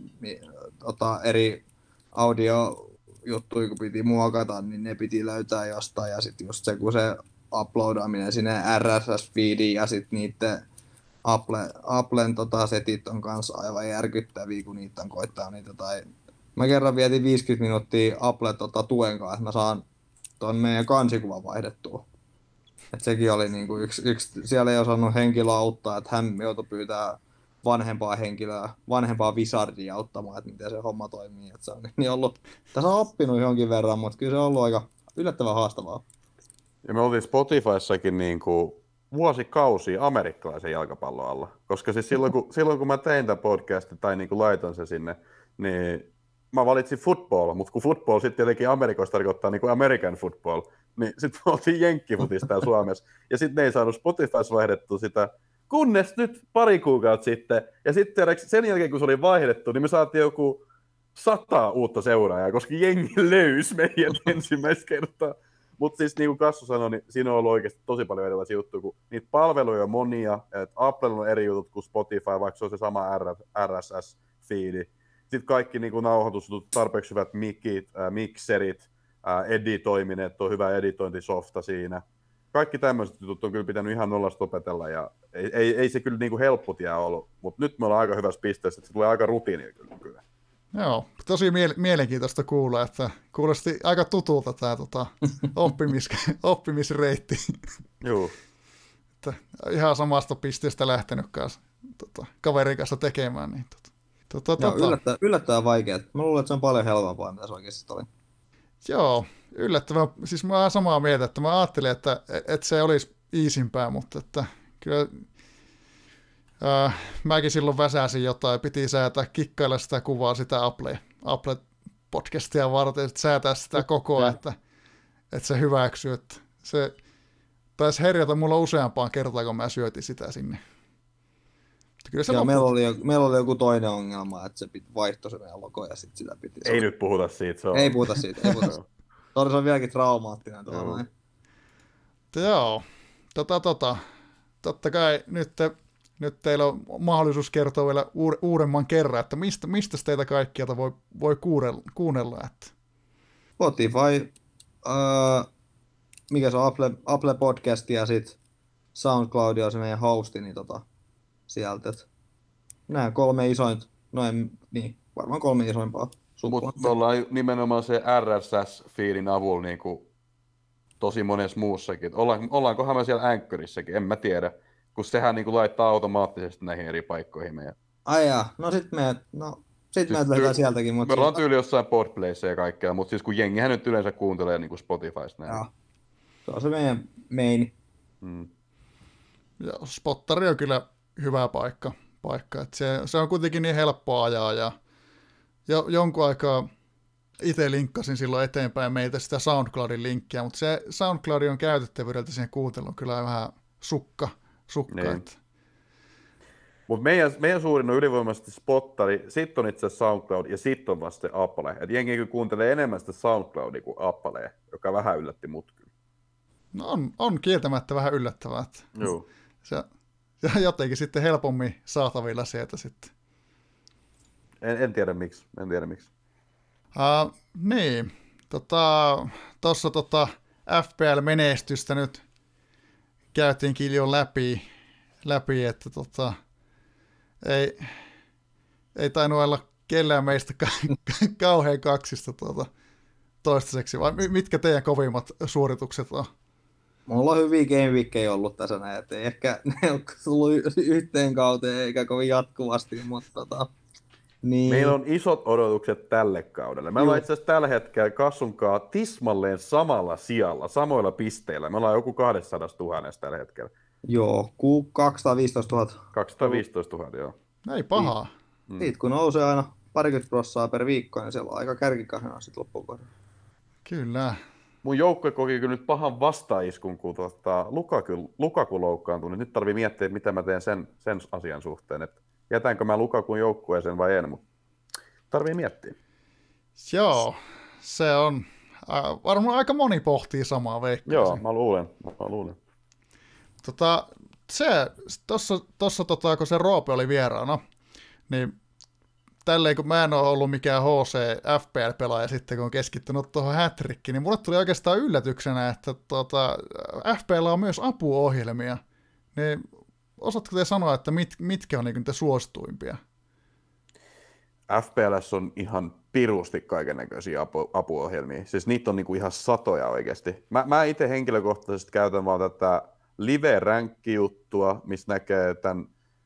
eri audiojuttuja, kun piti muokata, niin ne piti löytää jostain. Ja sit just se, kun se uploadaaminen sinne RSS-feediin ja sit niitten Applen setit on kanssa aivan järkyttäviä, kun niitä on koittaa niitä. Tai mä kerran vietin 50 minuuttia Apple tuen kanssa, että mä saan tuon meidän kansikuvan vaihdettua. Et sekin oli niinku yksi, siellä ei osannut henkilö auttaa, että hän joutui pyytää vanhempaa wizardia auttamaan, että miten se homma toimii. Et se on niin ollut, tässä on oppinut jonkin verran, mutta kyllä se on ollut aika yllättävän haastavaa. Ja me oltiin Spotifyssakin niinku vuosikausia amerikkalaisen jalkapallon alla. Koska siis silloin kun mä tein tämän podcastin tai niinku laitoin se sinne, niin mä valitsin football, mutta kun football sitten tietenkin Amerikassa tarkoittaa niinku American football, niin sitten me oltiin jenkkifutista Suomessa. Ja sitten ne ei saanut Spotifys vaihdettua sitä, kunnes nyt pari kuukautta sitten. Ja sitten sen jälkeen, kun se oli vaihdettu, niin me saatiin joku 100 uutta seuraajaa, koska jengi löysi meidät ensimmäistä kertaa. Mutta siis niin kuin Kassu sanoi, niin siinä on ollut oikeasti tosi paljon erilaisia juttuja, kun niitä palveluja on monia, että Apple on eri jutut kuin Spotify, vaikka se on se sama RSS-feedi. Sitten kaikki niin kuin nauhoitusjutut, tarpeeksi hyvät mikit, mikserit, editoiminen, on hyvä editointisofta siinä. Kaikki tämmöiset jutut on kyllä pitänyt ihan nollasta opetella, ja ei se kyllä niin kuin helppo tie ollut, mutta nyt me ollaan aika hyvässä pisteessä, että se tulee aika rutiinia kyllä. Joo, tosi mielenkiintoista kuulla, että kuulosti aika tutulta tämä oppimisreitti. Joo. Että ihan samasta pisteestä lähtenyt kanssa, kaverin kanssa tekemään. Niin, yllättävän vaikeaa. Mä luulen, että se on paljon helpompaa, mitä se oikeasti oli. Joo, yllättävän. Siis mä oon samaa mieltä, että mä ajattelin, että se olisi easympää, mutta että kyllä mäkin silloin väsäsin jotain, piti säätää, kikkailla sitä kuvaa, sitä Apple-podcastia varten, säätää sitä koko ajan, että se hyväksyy. Että se taisi herjata mulla useampaan kertaan, kun mä syötin sitä sinne. Joo, meillä oli joku toinen ongelma, että se vaihtoi se meidän logo ja sitten sitä piti. Ei nyt puhuta siitä. Se on... Ei puhuta siitä. Se on vieläkin traumaattinen. Joo. Totta kai nyt teillä on mahdollisuus kertoa vielä uudemman kerran, että mistä teitä kaikkialta voi kuunnella. Että. Spotify, mikä se on Apple Podcast ja sitten SoundCloud on se meidän hosti, niin sieltä. Nämä 3 isointa, varmaan 3 isoimpaa. Mutta me ollaan nimenomaan se RSS-feedin avulla niin kuin tosi monessa muussakin. Ollaankohan me siellä Anchorissakin, en mä tiedä. Kun sehän niin kuin laittaa automaattisesti näihin eri paikkoihin meidän. Ai jaa, no sit meidät löytää sieltäkin. Me ollaan tyyli jossain Podplayssa ja kaikkea, mutta siis kun jengihän nyt yleensä kuuntelee niin kuin Spotifysta näin. Joo, se on se meidän main. Ja Spottari on kyllä hyvä paikka. Että se on kuitenkin niin helppoa ajaa ja jonkun aikaa itse linkkasin silloin eteenpäin meiltä sitä SoundCloudin linkkiä, mutta se SoundCloud on käytettävyydeltä siihen kuunteluun kyllä sukka. Niin. Mutta meidän suurin on ylivoimaisesti Spottari, sitten on itse asiassa SoundCloud ja sitten on vasta se Apple. Et jengi kuuntelee enemmän sitä SoundCloudia kuin Apple, joka vähän yllätti mut kyllä. No on kieltämättä vähän yllättävää. Joo. Se jotenkin sitten helpommin saatavilla sieltä sitten. En tiedä miksi. Niin, tuossa FPL-menestystä nyt käytiinkin jo läpi että ei tainnut olla kellään meistä kauhean kaksista toistaiseksi, vai mitkä teidän kovimmat suoritukset on? Mulla on hyviä gameweekkejä ollut tässä näin, että ei ehkä ne ole tullut yhteen kauteen eikä kovin jatkuvasti, mutta niin. Meillä on isot odotukset tälle kaudelle. Me ollaan itse asiassa tällä hetkellä Kassunkaa tismalleen samalla sijalla, samoilla pisteillä. Me ollaan joku 200 000 tällä hetkellä. Joo, 215 000. 215 000, joo. Ei pahaa. Siitä kun nousee aina 20% per viikko, niin siellä on aika kärkikahina sitten loppukohdalla. Kyllä. Mun joukkue koki kyllä nyt pahan vastaiskun, kun Lukaku loukkaantui. Nyt tarvii miettiä, mitä mä teen sen asian suhteen. Että jätänkö mä Lukakun joukkueeseen vai en, mutta tarvii miettiä. Joo, se on. Varmaan aika moni pohtii samaa veikkausia. Joo, mä luulen. Tuossa kun se Roope oli vieraana, niin tälleen kun mä en ole ollut mikään HC FPL-pelaaja sitten, kun on keskittynyt tuohon hätrikkiin, niin mulle tuli oikeastaan yllätyksenä, että FPL on myös apuohjelmia. Niin osaatko te sanoa, että mitkä on niin te suosituimpia? FPL:ssä on ihan pirusti kaikennäköisiä apuohjelmia. Siis niitä on niinku ihan satoja oikeasti. Mä itse henkilökohtaisesti käytän vaan tätä live-ränkki-juttua, missä näkee tämän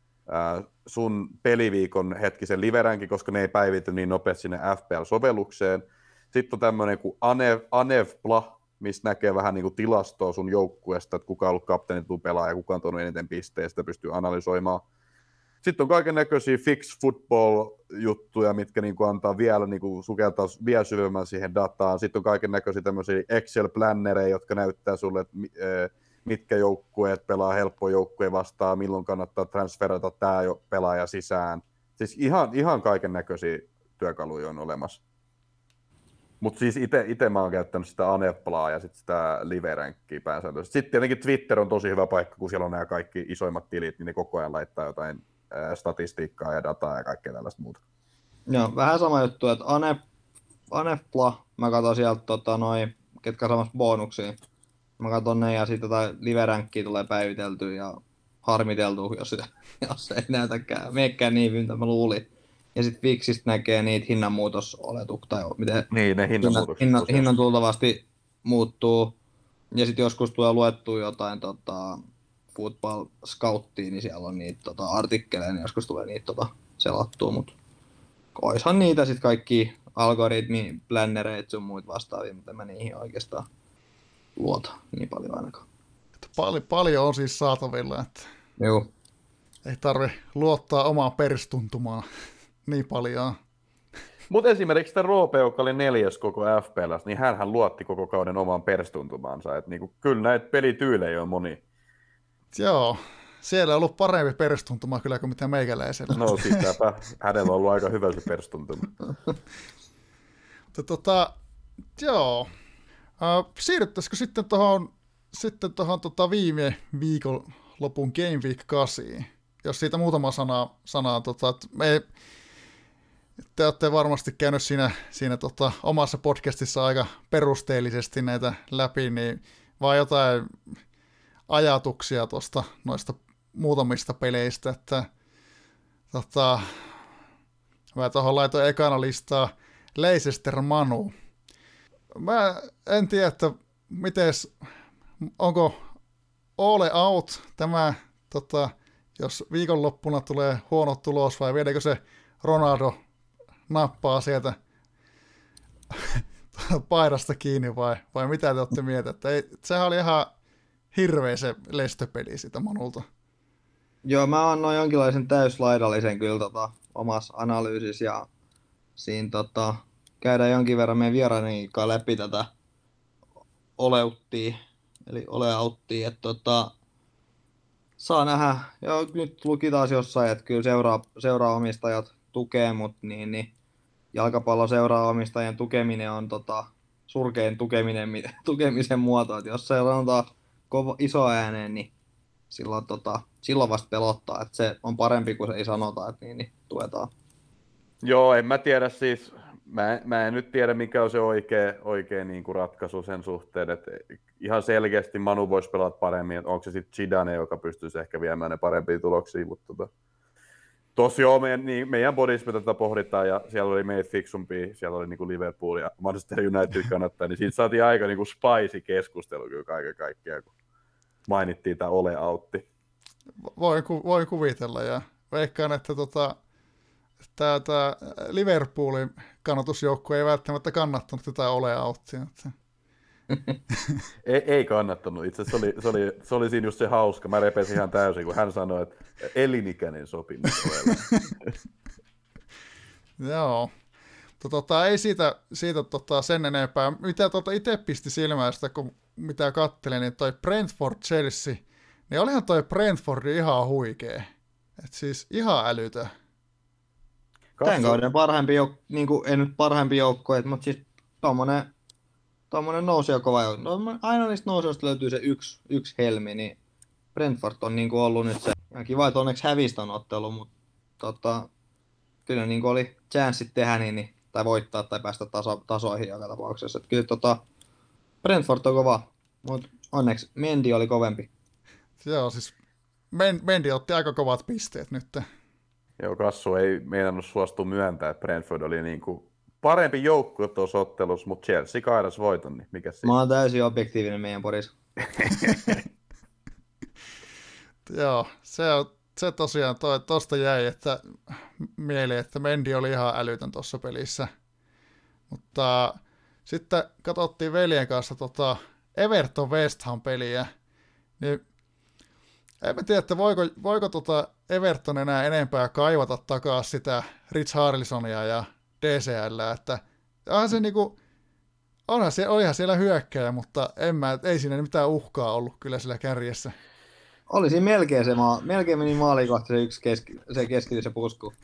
sun peliviikon hetkisen live-ränkin, koska ne ei päivity niin nopeasti sinne FPL-sovellukseen. Sitten on tämmöinen kuin Anevpla, missä näkee vähän niin kuin tilastoa sun joukkueesta, että kuka on ollut kapteenitun pelaaja, kuka on tuonut eniten pisteistä, pystyy analysoimaan. Sitten on kaiken näköisiä fix football-juttuja, mitkä niinku antaa vielä, niinku sukeltaa vielä syvemmän siihen dataan. Sitten on kaiken näköisiä tämmöisiä Excel-plannereja, jotka näyttää sulle, että mitkä joukkueet pelaa helppo joukkue vastaan, milloin kannattaa transferata tämä pelaaja sisään. Siis ihan kaiken näköisiä työkaluja on olemassa. Mutta siis itse mä oon käyttänyt sitä Aneplaa ja sitten sitä live-ränkkiä pääsääntöisesti. Sitten tietenkin Twitter on tosi hyvä paikka, kun siellä on nämä kaikki isoimmat tilit, niin ne koko ajan laittaa jotain statistiikkaa ja dataa ja kaikkea tällaista muuta. Joo, vähän sama juttu, että Anepla, mä katson sieltä ketkä samassa bonuksia. Mä katson ne ja sitten live-ränkkiä tulee päiviteltyä ja harmiteltua, jos ei näytäkään, meekään niin mitä mä luulin. Ja sitten Fixistä näkee niitä hinnanmuutosoletuksia, tai miten niin, ne hinnan tultavasti muuttuu. Ja sitten joskus tulee luettua jotain Football Scouttia, niin siellä on niitä artikkeleja, niin joskus tulee niitä selattua, mutta oishan niitä sitten kaikki algoritmiplannereita sun muita vastaavia, mutta mä niihin oikeastaan luota niin paljon ainakaan. Paljon on siis saatavilla, että joo. Ei tarvi luottaa omaan perstuntumaan niin paljon. Mutta esimerkiksi tämä Roope, joka oli 4. koko FPL:ssä, niin hänhän luotti koko kauden omaan perstuntumaansa. Et niinku, kyllä näitä pelityylejä on moni. Joo, siellä on ollut parempi perstuntuma kyllä kuin mitä meikäläisellä. No sitäpä, hänellä on ollut aika hyvä se perstuntuma. Joo. Siirryttäisikö sitten tuohon viime viikon lopun Game Week 8? Jos siitä muutama sana te olette varmasti käynyt siinä omassa podcastissa aika perusteellisesti näitä läpi, niin vaan jotain ajatuksia noista muutamista peleistä, että mä tuohon laitoin ekana listaa Leicester Manu. Mä en tiedä, että onko all out tämä, jos viikonloppuna tulee huono tulos, vai viedäänkö se Ronaldo nappaa sieltä paidasta kiinni, vai mitä te olette mieltä? Että sehän oli ihan hirveä se Leicester-peli siitä Manulta. Joo, mä annoin jonkinlaisen täyslaidallisen kyllä omassa analyysissä, ja siinä käydään jonkin verran meidän vieraiden läpi tätä oleuttia, eli oleauttia, että Saa nähdä. Joo, nyt luki taas jossain, että kyllä seuraa omistajat tukee, mutta niin, jalkapallon seuraomistajien tukeminen on surkein tukemisen muoto. Että jos se sanotaan iso ääneen, niin silloin vasta pelottaa. Että se on parempi kuin se ei sanota, että niin tuetaan. Joo, en mä tiedä siis. Mä en nyt tiedä, mikä on se oikea niin kuin ratkaisu sen suhteen, että ihan selkeästi Manu voisi pelata paremmin, että onko se sitten Zidane, joka pystyisi ehkä viemään ne parempia tuloksia, mutta tosiaan meidän bodissa me tätä pohditaan, ja siellä oli meitä fiksumpia, siellä oli niin kuin Liverpool ja Manchester United kannattaa, niin siitä saatiin aika niin kuin spicy keskustelu kyllä kaiken kaikkiaan, kun mainittiin tämä Ole Outti. Voin kuvitella, ja veikkaan, että tämä Liverpoolin kannatusjoukkue ei välttämättä kannattanut tätä Ole Outtia. Ei kannattanut. Itse asiassa se oli siinä just se hauska. Mä repesin ihan täysin, kun hän sanoi, että elinikäinen sopimus Olelle. Joo. Ei siitä sen enempää. Mitä itse pisti silmään sitä, kun mitä kattelin, niin toi Brentford-Chelsea, niin olihan toi Brentford ihan huikea. Et siis ihan älytön. Tämän kauden parhaimpi ei nyt parhaimpi joukko, mutta siis tommonen nousija kova joukko. Aina niistä nousijoista löytyy se yksi helmi, niin Brentford on ollut nyt se. Ja kiva, että onneksi hävisi ton ottelu, mutta kyllä oli chanssit tehdä tai voittaa tai päästä tasoihin joka tapauksessa. Et kyllä Brentford on kova, mutta onneksi Mendy oli kovempi. Joo, siis Mendy otti aika kovat pisteet nyt. Joo, Kassu ei meinannut suostua myöntää, että Brentford oli parempi joukkue tuossa ottelussa, mutta Chelsea kairas voiton, niin mikä siinä? Mä oon täysin objektiivinen meidän porissa. Joo, se tosiaan tosta jäi mieleen, että Mendy oli ihan älytön tuossa pelissä. Mutta sitten katsottiin veljen kanssa Everton West Ham peliä, niin en mä tiedä, että voiko Everton enää enempää kaivata takaa sitä Rich Harlisonia ja DCL:ää, että olihan siellä hyökkäjä, mutta ei siinä mitään uhkaa ollut kyllä sillä kärjessä. Oli siinä melkein meni maaliin kohti se keskitys ja pusku.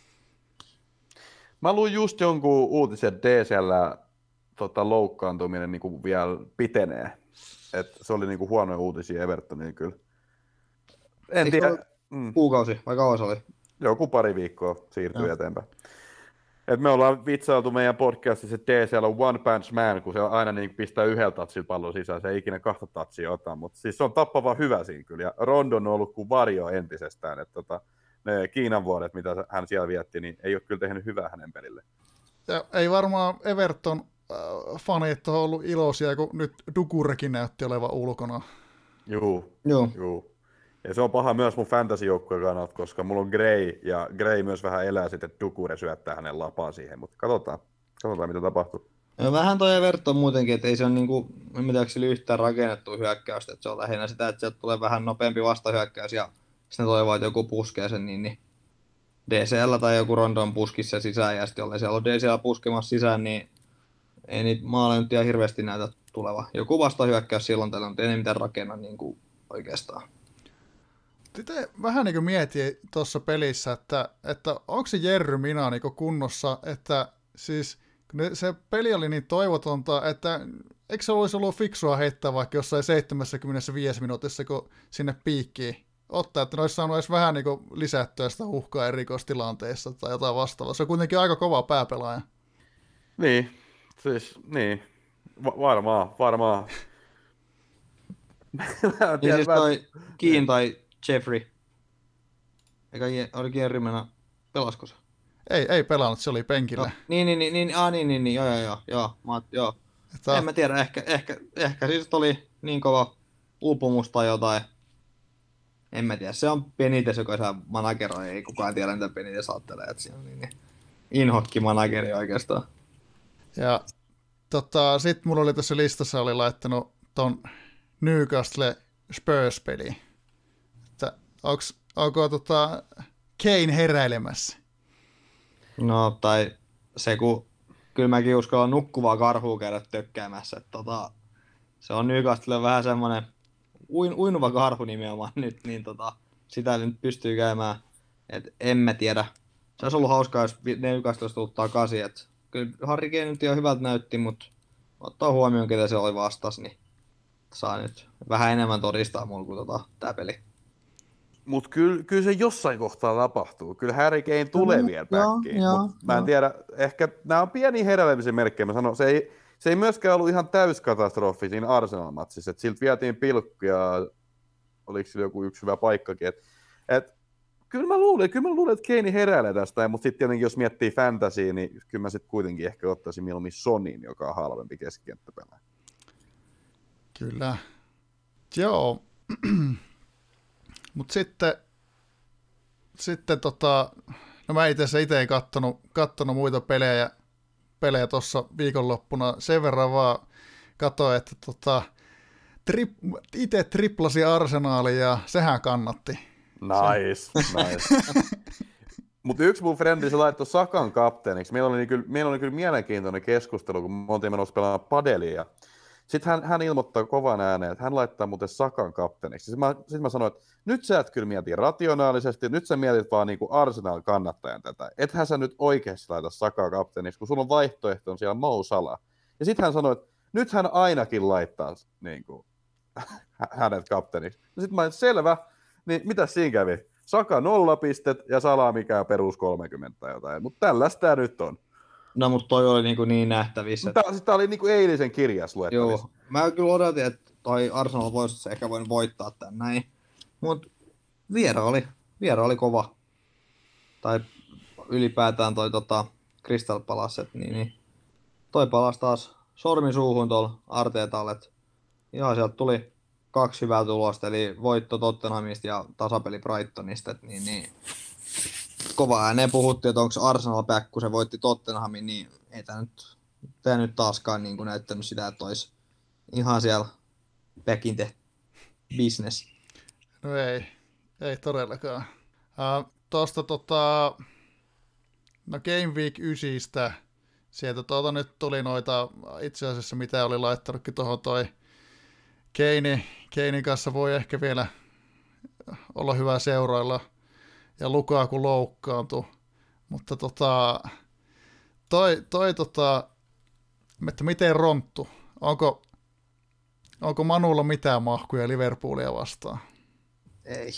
Mä luin just jonkun uutisen, että DCL loukkaantuminen vielä pitenee. Et se oli huonoja uutisia Evertonille kyllä. En tiedä. Kuukausi vai kauas oli? Joku pari viikkoa siirtyy eteenpäin. Et me ollaan vitsailtu meidän podcastissa, että DCL on one punch man, kun se aina pistää yhdellä tatsilla pallon sisään, se ei ikinä kahta tatsia ota, mutta siis se on tappava hyvä siinä kyllä, ja Rondon on ollut kuin varjo entisestään, että ne Kiinan vuodet, mitä hän siellä vietti, niin ei ole kyllä tehnyt hyvää hänen pelille. Ja ei varmaan Everton fanit ole ollut iloisia, kun nyt Dukurekin näytti olevan ulkona. Juu. Ja se on paha myös mun fantasy-joukkueen kannalta, koska mulla on Gray, ja Gray myös vähän elää sitten, että Dukure syöttää hänen lapaan siihen, mutta katsotaan mitä tapahtuu. Ja vähän toi Everton muutenkin, että ei se ole en tiedä, sillä yhtään rakennettu hyökkäystä, että se on lähinnä sitä, että sieltä tulee vähän nopeampi vastahyökkäys, ja sitten toivoo, että joku puskee sen, niin DCL tai joku Rondon puskissa sisään, ja sitten jollei siellä on DCL puskemassa sisään, niin ei niitä maaleja nyt ihan hirveästi näytä tuleva. Joku vastahyökkäys silloin tällä, mutta ei mitään rakenna oikeastaan. Sitten vähän mietin tuossa pelissä, että onko se Jerry Mina kunnossa, että siis se peli oli niin toivotonta, että eikö se olisi ollut fiksua heittää vaikka jossain 75 minuutissa, kun sinne piikkiin ottaa, että ne olisi saanut edes vähän lisättyä sitä uhkaa erikoistilanteessa tai jotain vastaavaa. Se on kuitenkin aika kova pääpelaaja. Niin. Varmaan. Niin siis toi Keane tai Jeffrey. Eikä oli Jerry Mina. Pelasko se? Ei pelannut, se oli penkillä. No, niin, joo. En mä tiedä, ehkä siis oli niin kova uupumus tai jotain. En mä tiedä, se on Benitez, joka saa manageroi, ei kukaan tiedä, mitä Benitez ajattelee, että siinä on niin inhokki manageri oikeastaan. Ja sit mulla oli tässä listassa laittanut ton Newcastle Spurs-peliin. Että onko Kane heräilemässä? No, tai se kun kyllä mäkin uskallan nukkuvaa karhua käydä tökkäämässä. Että se on Newcastle vähän semmoinen uinuva karhu nimenomaan nyt, niin sitä nyt pystyy käymään. Et en mä tiedä. Se olisi ollut hauskaa, jos Newcastle olisi tullut takaisin. Et kyllä Harry Kane nyt ihan hyvältä näytti, mutta ottaa huomioon, ketä se oli vastas, niin saa nyt vähän enemmän todistaa mulla kuin tää peli. Mutta kyllä se jossain kohtaa tapahtuu. Kyllä Harry Kane tulee vielä backiin. Mä en tiedä, ehkä nämä on pieniä heräilemisen merkkejä. Mä sanon, se ei myöskään ollut ihan täyskatastrofi siinä Arsenal-matsissa. Et siltä vietiin pilkkuja, oliko sillä joku yksi hyvä paikkakin. Kyllä mä luulen, että Kane heräilee tästä, mutta sitten tietenkin jos miettii fantasyä, niin kyllä mä sitten kuitenkin ehkä ottaisin mieluummin Sonin, joka on halvempi keskikenttäpelaaja. Kyllä. Joo. Mutta sitten no mä itse ei kattonut muita pelejä tuossa viikonloppuna. Sen verran vaan katsoin, että itse triplasi Arsenaalin ja sehän kannatti. Nice. Mutta yksi mun frendi se laittoi Sakan kapteeniksi. Meillä oli kyllä mielenkiintoinen keskustelu, kun me oltiin menossa pelaamaan padelia. Sitten hän ilmoittaa kovan ääneen, että hän laittaa muuten Sakan kapteeniksi. Sitten mä sanoin, että nyt sä et kyllä mieti rationaalisesti, nyt sä mietit vaan niinku Arsenal-kannattajan tätä. Ethän sä nyt oikeasti laita Sakaa kapteeniksi, kun sulla on vaihtoehto on siellä Mo Salah. Ja sitten hän sanoi, että nyt hän ainakin laittaa niinku, hänet kapteeniksi. Ja sitten mä olin, selvä, niin mitä siinä kävi? Saka 0 pistet ja Salah mikään perus 30 jotain, mutta tällaista tämä nyt on. No, mutta toi oli niin nähtävissä. Tämä oli niinku eilisen kirjas luettavissa. Joo, mä kyllä odotin, että toi Arsenal voisi ehkä voinut voittaa tän näin. Mutta viera oli kova. Tai ylipäätään toi Crystal Palace, niin toi palasi taas sormi suuhun tuolla Artetalle. Ihan sieltä tuli 2 hyvää tulosta, eli voitto Tottenhamista ja tasapeli Brightonista. Niin. Kova ääneen puhuttiin, että onko Arsenal back, kun se voitti Tottenhamin, niin ei tämä nyt taaskaan niin kuin näyttänyt sitä, että olisi ihan siellä backin tehty business. No ei todellakaan. Tuosta no Game Week 9, sieltä nyt tuli noita, itse asiassa mitä oli laittanutkin tuohon toi Keinin kanssa voi ehkä vielä olla hyvä seurailla. Ja Lukaku loukkaantui, mutta että miten Ronttu, onko Manulla mitään mahkuja Liverpoolia vastaan? Ei.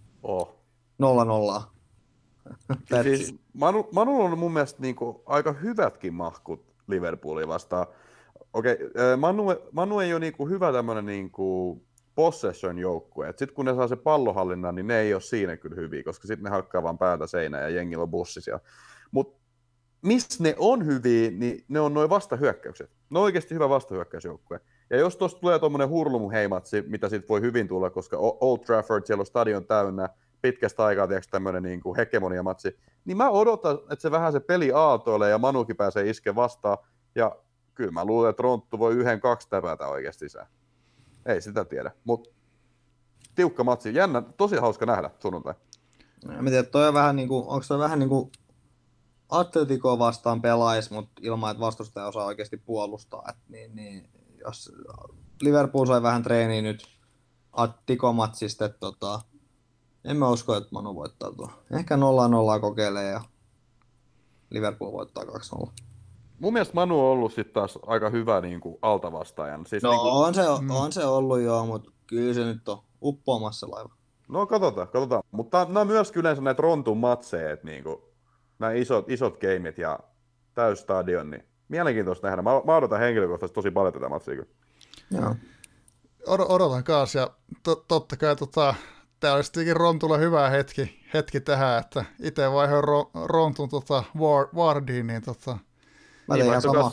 0-0. Siis Manulla on mun mielestä niinku aika hyvätkin mahkut Liverpoolia vastaan. Okei, Manu ei ole niinku hyvä tämmönen niinku possession joukkue. Sitten kun ne saa se pallohallinnan, niin ne ei ole siinä kyllä hyviä, koska sitten ne hakkaa vaan päätä seinään ja jengillä on bussi siellä. Mutta missä ne on hyviä, niin ne on noin vastahyökkäykset. Ne on oikeasti hyvä vastahyökkäysjoukkue. Ja jos tuosta tulee tuommoinen hurlumuheimatsi, mitä siitä voi hyvin tulla, koska Old Trafford, siellä on stadion täynnä, pitkästä aikaa tämmöinen niin kuin hegemoniamatsi, niin mä odotan, että se vähän se peli aaltoilee ja Manukin pääsee iskeä vastaan. Ja kyllä mä luulen, että Ronttu voi 1-2 täpätä oikeasti sisään. Ei sitä tiedä, mutta tiukka matsi. Jännä, tosi hauska nähdä sunnuntai. Mä tiedän, toi on vähän niinku, onko toi vähän niinku Atleticoa vastaan pelais, mutta ilman, että vastustaja osaa oikeasti puolustaa. Niin, jos Liverpool sai vähän treeniä nyt Atletico-matsista, että en mä usko, että Manu voittaa tuo. Ehkä 0-0 kokeilee ja Liverpool voittaa 2-0. Mun mielestä Manu on ollut sitten taas aika hyvä niin kuin altavastaajan. Siis no on se ollut joo, mutta kyllä se nyt on uppoamassa laiva. No katsotaan. Mutta nämä on myös yleensä näitä Rontun matseja, että niinku, nämä isot gameit ja täysstadion, niin mielenkiintoista nähdä. Mä odotan henkilökohtaisesti tosi paljon tätä matsia kyllä. Joo. Odotan kanssa ja totta kai tää olisi tietenkin Rontulla hyvä hetki tähän, että itse vaihoin Rontun Wardiin, niin Mä tein ihan sama.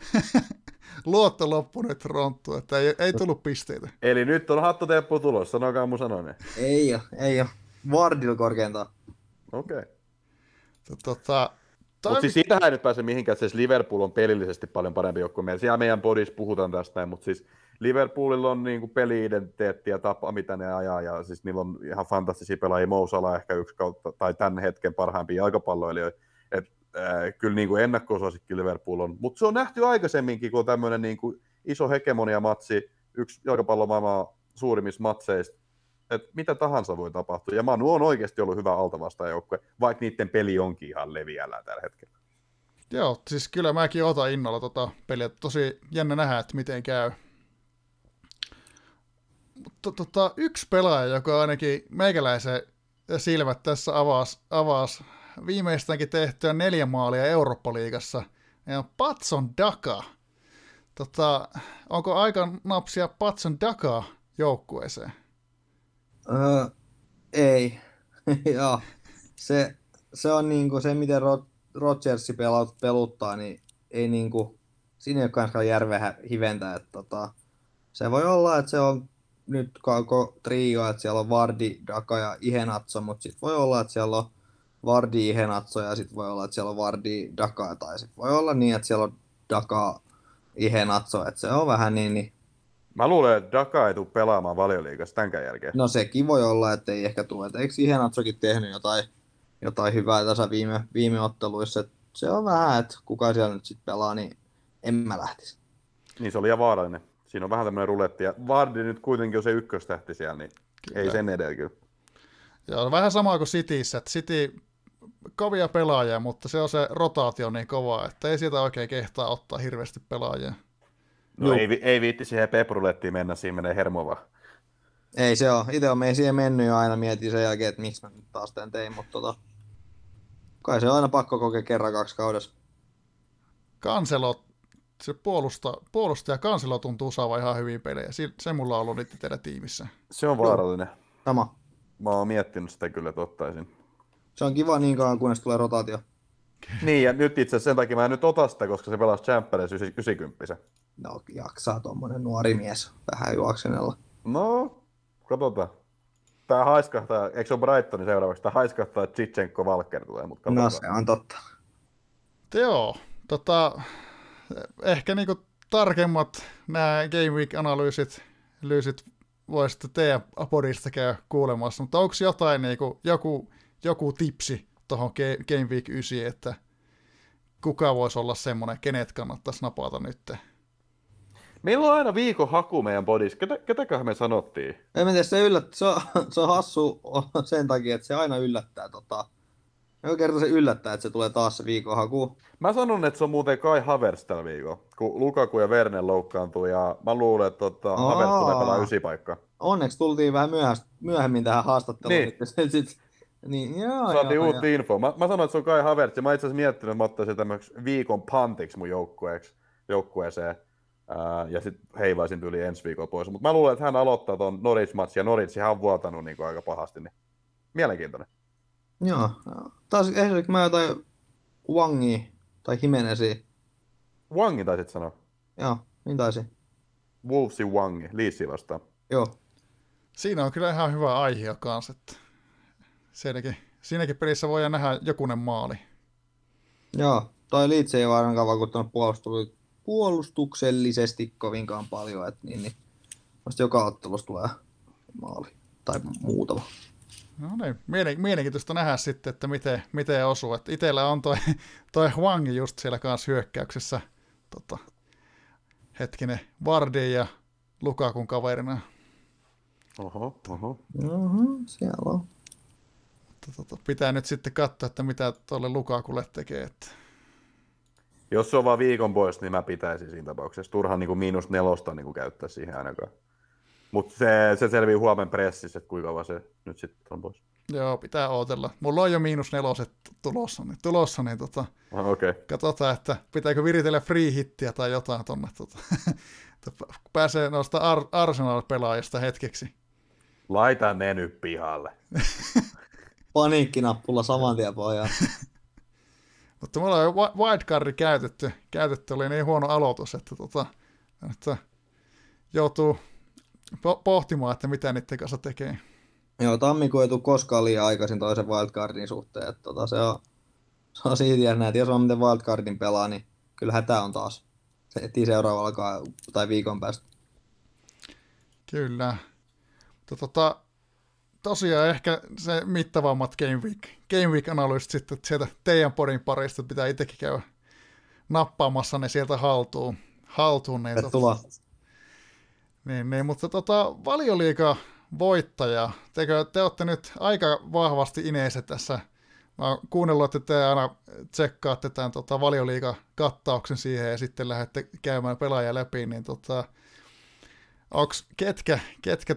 Luotto loppu nyt Ronttu, että ei tullut pisteitä. Eli nyt on hattutemppu tulossa, sanokaa mun sanoinen. Ei ole. Wardilla korkeintaan. Okei. Mutta siis siitähän ei nyt pääse mihinkään, että siis Liverpool on pelillisesti paljon parempi joukkue. Siellä meidän podissa puhutaan tästä, mutta siis Liverpoolilla on niinku peli-identiteetti ja tapa, mitä ne ajaa, ja siis niillä on ihan fantastisia pelaajia. Mo Salah ehkä yksi kautta, tai tämän hetken parhaimpia jalkapalloilijoita. Kyllä niin kuin ennakko-osasikki Liverpool on, mutta se on nähty aikaisemminkin, kun on tämmöinen niin kuin iso hegemonia-matsi, yksi jalkapallomaailman suurimmissa matseissa, että mitä tahansa voi tapahtua. Ja Manu on oikeasti ollut hyvä altavastaajoukkue, vaikka niiden peli onkin ihan leviällä tällä hetkellä. Joo, siis kyllä mäkin otan innolla tota peliä. Tosi jännä nähdä, että miten käy. Mutta yksi pelaaja, joka ainakin meikäläisen silmät tässä avasi viimeistäänkin tehtyä 4 maalia Eurooppa-liigassa, ja on Patson Daka. Onko aika napsia Patson Daka joukkueeseen? Ei. Joo. Se on niinku se, miten Rodgersi peluttaa, niin ei niinku, siinä ei ole kannattaa järveä hiventää. Että se voi olla, että se on nyt koko trio, että siellä on Vardy, Daka ja Iheanacho, mutta sitten voi olla, että siellä on Vardy, Iheanacho ja sitten voi olla, että siellä on Vardy, Daka, tai sitten voi olla niin, että siellä on Daka, Iheanacho, että se on vähän niin. Mä luulen, että Daka ei tule pelaamaan Valioliigassa tämänkään jälkeen. No sekin voi olla, että ei ehkä tule. Eikö Iheanachokin tehnyt jotain hyvää tässä viime otteluissa? Et se on vähän, että kuka siellä nyt sitten pelaa, niin en mä lähtisi. Niin se oli ihan vaarallinen. Siinä on vähän tämmöinen ruletti. Ja Vardy nyt kuitenkin on se ykköstähti siellä, niin kyllä. Ei sen edellä kyllä. Joo, vähän sama kuin Cityssä, että City kovia pelaajia, mutta se on se rotaatio niin kova, että ei sieltä oikein kehtaa ottaa hirveästi pelaajia. No ei viitti siihen peprulettiin mennä, siinä menee hermo vaan. Ei se ole. Itse on siihen mennyt ja aina mietin sen jälkeen, että miksi mä nyt taas tämän tein, mutta kai se on aina pakko kokea kerran 2 kaudessa. Cancelo, se puolustaja Cancelo tuntuu saavan ihan hyvin pelejä. Se mulla on ollut nyt teillä tiimissä. Se on vaarallinen. Sama. Mä oon miettinyt sitä kyllä, että ottaisin. Se on kiva niin kauan, kunnes tulee rotaatio. Niin, ja nyt itse asiassa sen takia mä en nyt ota sitä, koska se pelasi Champions 90. No, jaksaa tommonen nuori mies vähän juoksenella. No, katsotaan. Tää haiskahtaa, eikö se ole Brightonin seuraavaksi? Tää haiskahtaa, että Zichenko Walker tulee, mutta katsotaan. No, se on totta. Joo, ehkä niinku tarkemmat nämä Game Week-analyysit voi sitten teidän podista käydä kuulemassa, mutta onko jotain niinku, joku tipsi tuohon Game Week 9, että kuka voisi olla semmoinen, kenet kannattaisi napata nyt? Meillä on aina viikon haku meidän bodissa. Ketäköhän me sanottiin? En mä tiedä, se on hassu sen takia, että se aina yllättää. Joka kerta se yllättää, että se tulee taas se viikon haku. Mä sanon, että se on muuten Kai Havertz tällä viikolla, kun Lukaku ja Werner loukkaantuu, ja mä luulen, että Havertz tulee pelaa 9 paikkaa. Onneksi tultiin vähän myöhemmin tähän haastatteluun. Niin. Niin, joo, saatiin uutta infoa. Mä sanoin, että se on Kai Havertz, ja mä itse asiassa miettinyt, että mä ottaisin tämmöksi viikon pantiksi mun joukkueeseen. Ja sitten heivaisin tyyli ensi viikolla pois. Mutta mä luulen, että hän aloittaa ton Norwich-matsin, ja Norwich on vuotanut niin aika pahasti. Niin mielenkiintoinen. Joo. Taas esimerkiksi mä jotain Wangia tai Jimenezia. Wangi taisit sanoa. Joo, niin taisi. Wolvesin Wangi, Leedsia vastaan. Joo. Siinä on kyllä ihan hyvä aihe kanssa, että siinäkin pelissä voidaan nähdä jokunen maali. Joo, toi Leeds ei ole ainakaan vaikuttanut puolustuksellisesti kovinkaan paljon, että niin. Vasta joka ottelussa tulee maali tai muutama. No niin, mielenkiintoista nähdä sitten, että miten osuu. Että itsellä on toi Hwang just siellä kanssa hyökkäyksessä. Hetkinen, Vardy ja Lukakun kaverina. Oho. Siellä on. Pitää nyt sitten katsoa, että mitä tuolle Lukakulle tekee. Että... Jos se on vaan viikon pois, niin mä pitäisin siinä tapauksessa. Turhaan niin -4 niin käyttää siihen ainakaan. Mutta se selvii huomen pressissä, että kuinka kauan se nyt sitten on pois. Joo, pitää odotella. Mulla on jo -4 tulossa niin okay. Katsotaan, että pitääkö viritellä free hittiä tai jotain tonne. Pääsee noista Arsenal-pelaajista hetkeksi. Laita ne nyt pihalle. Paniikkinappula saman tien pohjaan. Mutta mulla on jo wildcardi käytetty, oli niin huono aloitus, että joutuu pohtimaan, että mitä niiden kanssa tekee. Joo, tammikuu ei tule koskaan liian aikaisin toisen wildcardin suhteen. Että se on siitä jännä, että jos on miten wildcardin pelaa, niin kyllä hätä on taas. Se etsii seuraavalla tai viikon päästä. Kyllä. Tosiaan ehkä se mittavammat Game Week-analyysit sitten sieltä teidän podin parista pitää itsekin käydä nappaamassa ne sieltä haltuun. Niin, mutta Valioliiga voittaja, te olette nyt aika vahvasti ineessä tässä. Mä oon kuunnellut, että te aina tsekkaatte tämän Valioliiga-kattauksen siihen ja sitten lähdette käymään pelaajia läpi, niin onks ketkä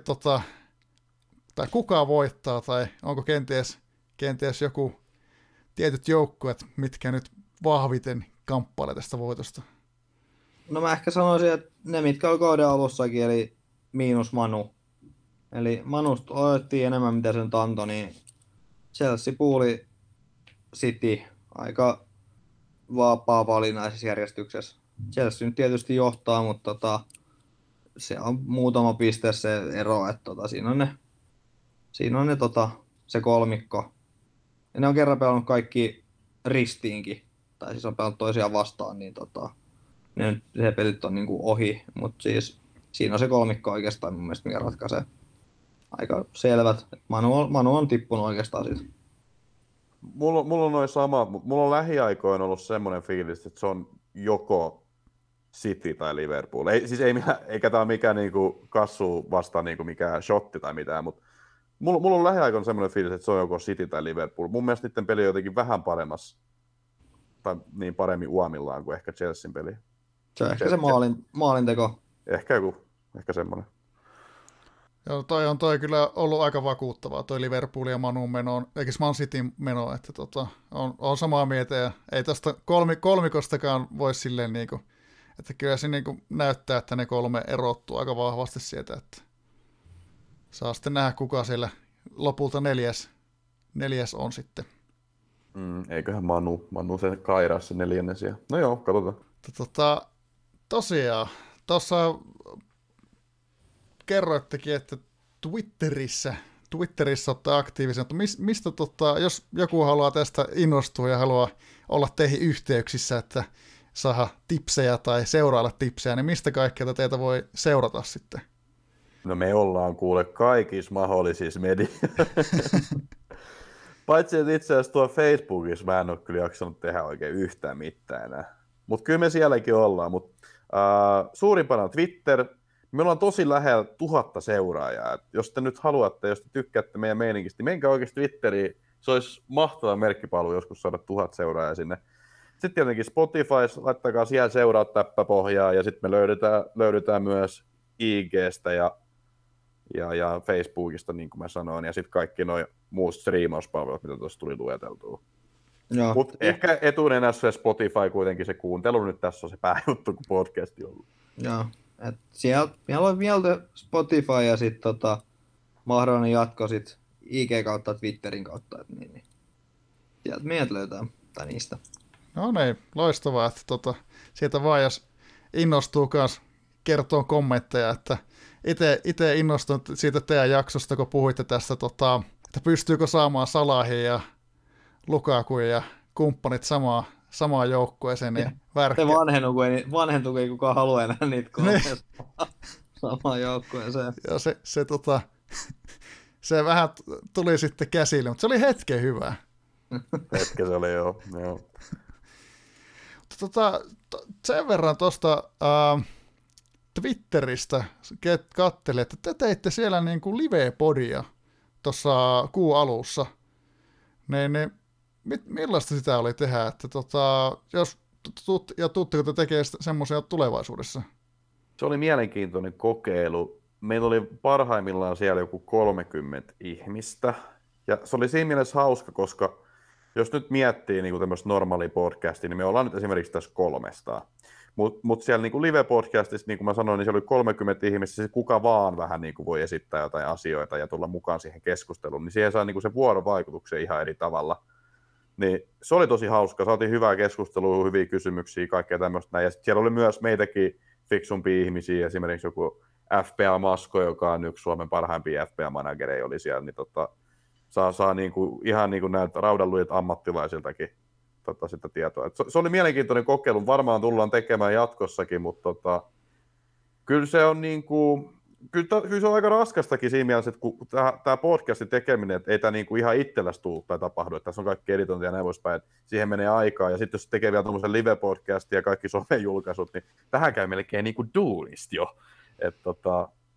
tai kuka voittaa, tai onko kenties joku tietyt joukkueet, mitkä nyt vahviten kamppailee tästä voitosta? No mä ehkä sanoisin, että ne mitkä on kauden alussakin, eli miinus Manu. Eli Manusta otettiin enemmän mitä sen antoi, niin Chelsea puuli City aika vapaa valinnaisessa järjestyksessä. Chelsea nyt tietysti johtaa, mutta se on muutama piste se ero, että siinä on ne se kolmikko. Ja ne on kerran pelannut kaikki ristiinkin, tai siis on pelannut toisiaan vastaan, niin se pelit on niinku ohi, mutta siis siinä on se kolmikko oikeastaan mun mielestä, mikä ratkaisee. Aika selvät. Manu on tippunut oikeastaan siitä. Mulla on noin sama. Mulla on lähiaikoina ollut semmoinen fiilis, että se on joko City tai Liverpool. Eikä tää ole mikään niinku kassu vastaan niinku mikään shotti tai mitään, mutta mulla on lähiaikoina semmoinen fiilis, että se on joko City tai Liverpool. Mun mielestä niiden peli on jotenkin vähän paremmassa tai niin paremmin uomillaan kuin ehkä Chelsean peli. Se on ehkä se maalinteko. Ehkä semmoinen. Joo, toi kyllä ollut aika vakuuttavaa, toi Liverpool ja Manun meno, eikä Man Cityn meno, että on samaa mieltä, ja ei tästä kolmikostakaan voi silleen niinku, että kyllä se niinku näyttää, että ne kolme erottuu aika vahvasti sieltä, että saa sitten nähdä, kuka siellä lopulta neljäs on sitten. Eiköhän Manu se kairaa se neljännes. No joo, katsotaan. Tosiaan, tuossa kerroittekin, että Twitterissä olette aktiivisia, mutta mistä jos joku haluaa tästä innostua ja haluaa olla teihin yhteyksissä, että saada tipsejä tai seurailla tipsejä, niin mistä kaikkea teitä voi seurata sitten? No me ollaan kuule kaikissa mahdollisissa medioissa. Paitsi että itse asiassa tuo Facebookissa mä en ole kyllä jaksanut tehdä oikein yhtään mitään enää. Mutta kyllä me sielläkin ollaan. Suurimpana Twitter. Me ollaan tosi lähellä 1000 seuraajaa. Jos te nyt haluatte, jos te tykkäätte meidän meininkisti, menkää oikeasti Twitteriin. Se olisi mahtava merkkipalvelu joskus saada 1000 seuraajaa sinne. Sitten tietenkin Spotify, laittakaa siellä seuraa täppäpohjaa. Ja sitten me löydetään myös IG:stä ja Facebookista, niin kuin mä sanoin. Ja sitten kaikki nuo muut striimauspalvelut, mitä tuossa tuli lueteltua. Mutta ehkä etunenässä se Spotify kuitenkin se kuuntelu nyt tässä on se pääjuttu, kun podcasti on ollut. Joo. Siellä on vielä Spotify ja sitten mahdollinen jatko sit IG kautta Twitterin kautta. Niin. Sieltä meidät löytää, tai niistä. No niin, loistavaa, että sieltä vaan jos innostuu kans kertoo kommentteja, että itse innostun siitä teidän jaksosta, kun puhuitte tästä, että pystyykö saamaan Salahin ja Lukaku ja kumppanit samaan joukkueeseen, niin se vanhentuu, kun ei kukaan halua enää niitä samaan joukkueeseen. Ja se vähän tuli sitten käsille, mutta se oli hetken hyvä. Hetken se oli, joo. Sen verran tuosta Twitteristä katselin, että te teitte siellä niin kuin live-podia tuossa kuun alussa. Niin, millaista sitä oli tehdä? Että tuutteko te tekemään semmoisia tulevaisuudessa? Se oli mielenkiintoinen kokeilu. Meillä oli parhaimmillaan siellä joku 30 ihmistä. Ja se oli siinä mielessä hauska, koska jos nyt miettii niin tämmöistä normaalia podcastia, niin me ollaan nyt esimerkiksi tässä 300. Mutta siellä niin live-podcastissa, niin kuin mä sanoin, niin siellä oli 30 ihmistä, siis kuka vaan vähän niin kuin voi esittää jotain asioita ja tulla mukaan siihen keskusteluun, niin siihen saa niin kuin se vuorovaikutuksen ihan eri tavalla. Niin se oli tosi hauska, saatiin hyvää keskustelua, hyviä kysymyksiä, kaikkea tämmöistä näin. Ja siellä oli myös meitäkin fiksumpia ihmisiä, esimerkiksi joku FPA Masko, joka on yksi Suomen parhaimpia FPA-managereja, oli siellä, niin saa niinku, ihan niin kuin näiltä raudanlujat ammattilaisiltakin sitä tietoa. Se oli mielenkiintoinen kokeilu, varmaan tullaan tekemään jatkossakin, mutta kyllä se on niinku, kyllä se on aika raskastakin siinä mielessä, että kun tämä podcastin tekeminen, että ei tämä niinku ihan itselläsi tule tai tapahdu, että tässä on kaikki editointia ja näin poispäin, että siihen menee aikaa, ja sitten jos tekee vielä tuommoisen live-podcastin ja kaikki somejulkaisut, niin tähän käy melkein niinku duunista jo.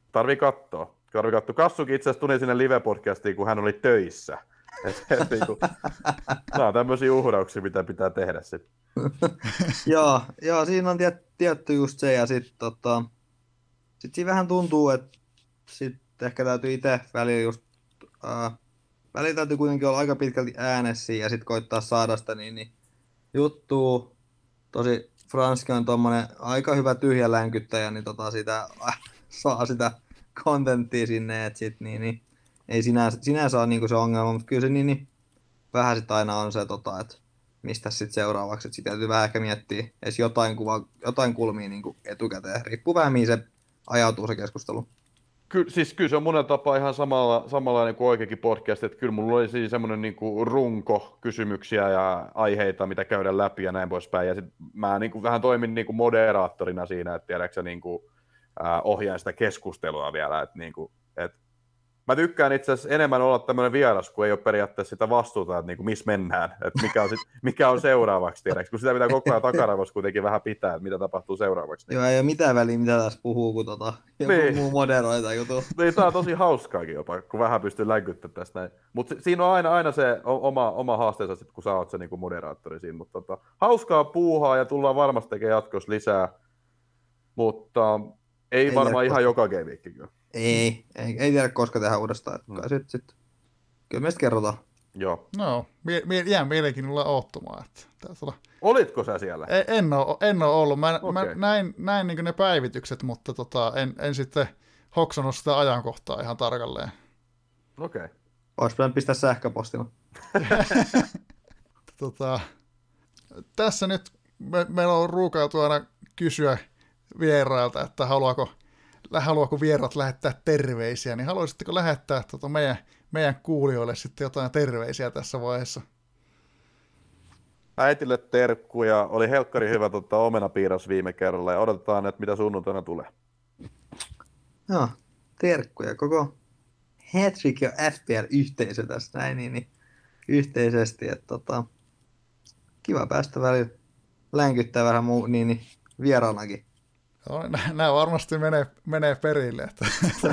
Tarvii katsoa. Kassukin itse asiassa tuli sinne live-podcastiin, kun hän oli töissä. Niinku, nämä on tämmöisiä uhrauksia, mitä pitää tehdä sitten. Joo, siinä on tietty just se, ja sitten sit siinä vähän tuntuu, että sitten ehkä täytyy itse välillä täytyy kuitenkin olla aika pitkälti äänessä ja sitten koittaa saada sitä niin juttua. Tosi Franski on tommonen aika hyvä tyhjä länkyttäjä, niin sitä saa sitä kontenttia sinne, että sit niin ei sinänsä ole niinku se ongelma, mutta kyllä se niin vähän sit aina on se, että mistä sitten seuraavaksi, että sitten täytyy vähän ehkä miettiä edes jotain kulmia niinku etukäteen. Riippuu vähän, mihin se ajautuu se keskustelu. Kyllä se on monen tapaa ihan samanlainen kuin oikeakin podcast, että kyllä mulla oli siis semmoinen niinku runko kysymyksiä ja aiheita, mitä käydään läpi ja näin poispäin. Ja sitten mä niinku vähän toimin niinku moderaattorina siinä, että tiedätkö niinku, ohjaan sitä keskustelua vielä. Mä tykkään itse asiassa enemmän olla tämmöinen vieras, kun ei ole periaatteessa sitä vastuuta, että niinku, missä mennään, että mikä on seuraavaksi, tiedätkö? Kun sitä pitää koko ajan takaraivossa kuitenkin vähän pitää, että mitä tapahtuu seuraavaksi. Joo, ei ole mitään väliä, mitä tässä puhuu, kun joku muu moderoita juttu. Niin, tää on tosi hauskaakin jopa, kun vähän pystyy länkyttämään tästä näin. Mutta siinä on aina se oma haasteensa, sit, kun sä oot se niinku moderaattori siinä. Mutta hauskaa puuhaa ja tullaan varmasti tekemään jatkossa lisää, mutta ei varmaan ihan joka game-viikki kyllä. Ei tiedä koska tehdään uudestaan. Kyllä meistä kerrotaan. Joo. No, jään mielenkiinnolla oottumaan. Olitko sä siellä? En ole ollut. Mä Okay. näin niin ne päivitykset, mutta en sitten hoksannut sitä ajankohtaa ihan tarkalleen. Okei. Okay. Olisi pitänyt pistää sähköpostilla. Tässä nyt meillä on ruukailtu aina kysyä vierailta, että haluaako vierat lähettää terveisiä, niin haluaisitteko lähettää meidän kuulijoille sitten jotain terveisiä tässä vaiheessa? Äitille terkkuja. Oli helkkari hyvä omenapiiras viime kerralla ja odotetaan, että mitä sunnuntaina tulee. Joo, terkkuja. Koko Hattrick ja FPL-yhteisö tässä näin niin yhteisesti. Että kiva päästä välillä länkyttää vähän niin vieraanakin. No, nämä varmasti menee perille. Että.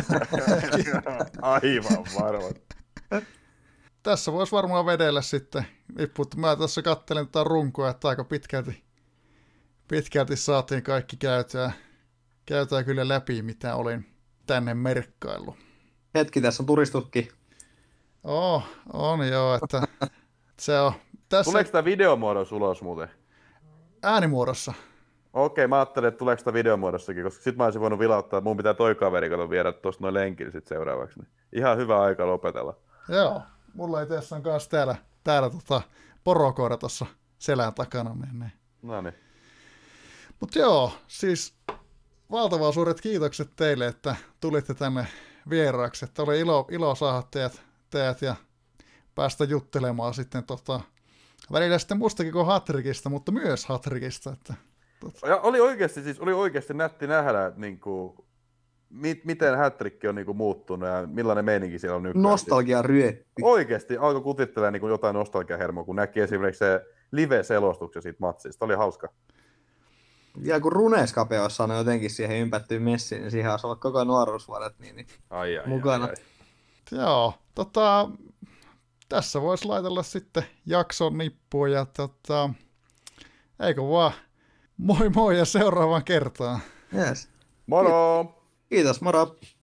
Aivan varmasti. Tässä voisi varmaan vedellä sitten. Mä tässä katselen tätä runkoa, että aika pitkälti saatiin kaikki käytää kyllä läpi, mitä olin tänne merkkaillut. Hetki, tässä on turistuskin. On joo, että se on. Tässä. Tuleeko tämä videomuodossa ulos muuten? Äänimuodossa. Okei, mä ajattelin, että tuleeko sitä videomuodossakin, koska sit mä olisin voinut vilauttaa, että mun pitää toi kaveri viedä tuosta noin lenkille sit seuraavaksi. Niin ihan hyvä aika lopetella. Joo, mulla ei tässä on kanssa täällä porokoira tuossa selän takana. Niin. No niin. Mutta joo, siis valtavan suuret kiitokset teille, että tulitte tänne vieraaksi. Että oli ilo saada teidät ja päästä juttelemaan sitten välillä sitten mustakin kuin Hattrickista, mutta myös Hattrickista. Ja oli oikeasti nätti nähdä, että miten Hattrick on muuttunut ja millainen meininki siellä on nykyään. Nostalgia ryöppi. Oikeasti alkoi kutittelemaan jotain nostalgiahermoa, kun näki esimerkiksi se live-selostuksen siitä matsista. Oli hauska. Ja kun Runescape olisi saanut jotenkin siihen ympättyyn messiin, niin siihen olisi ollut koko nuoruusvuodet mukana. Joo, tässä voisi laitella sitten jakson nippuun ja eikö vaan moi moi ja seuraavaan kertaan. Yes. Moro! Kiitos, moro!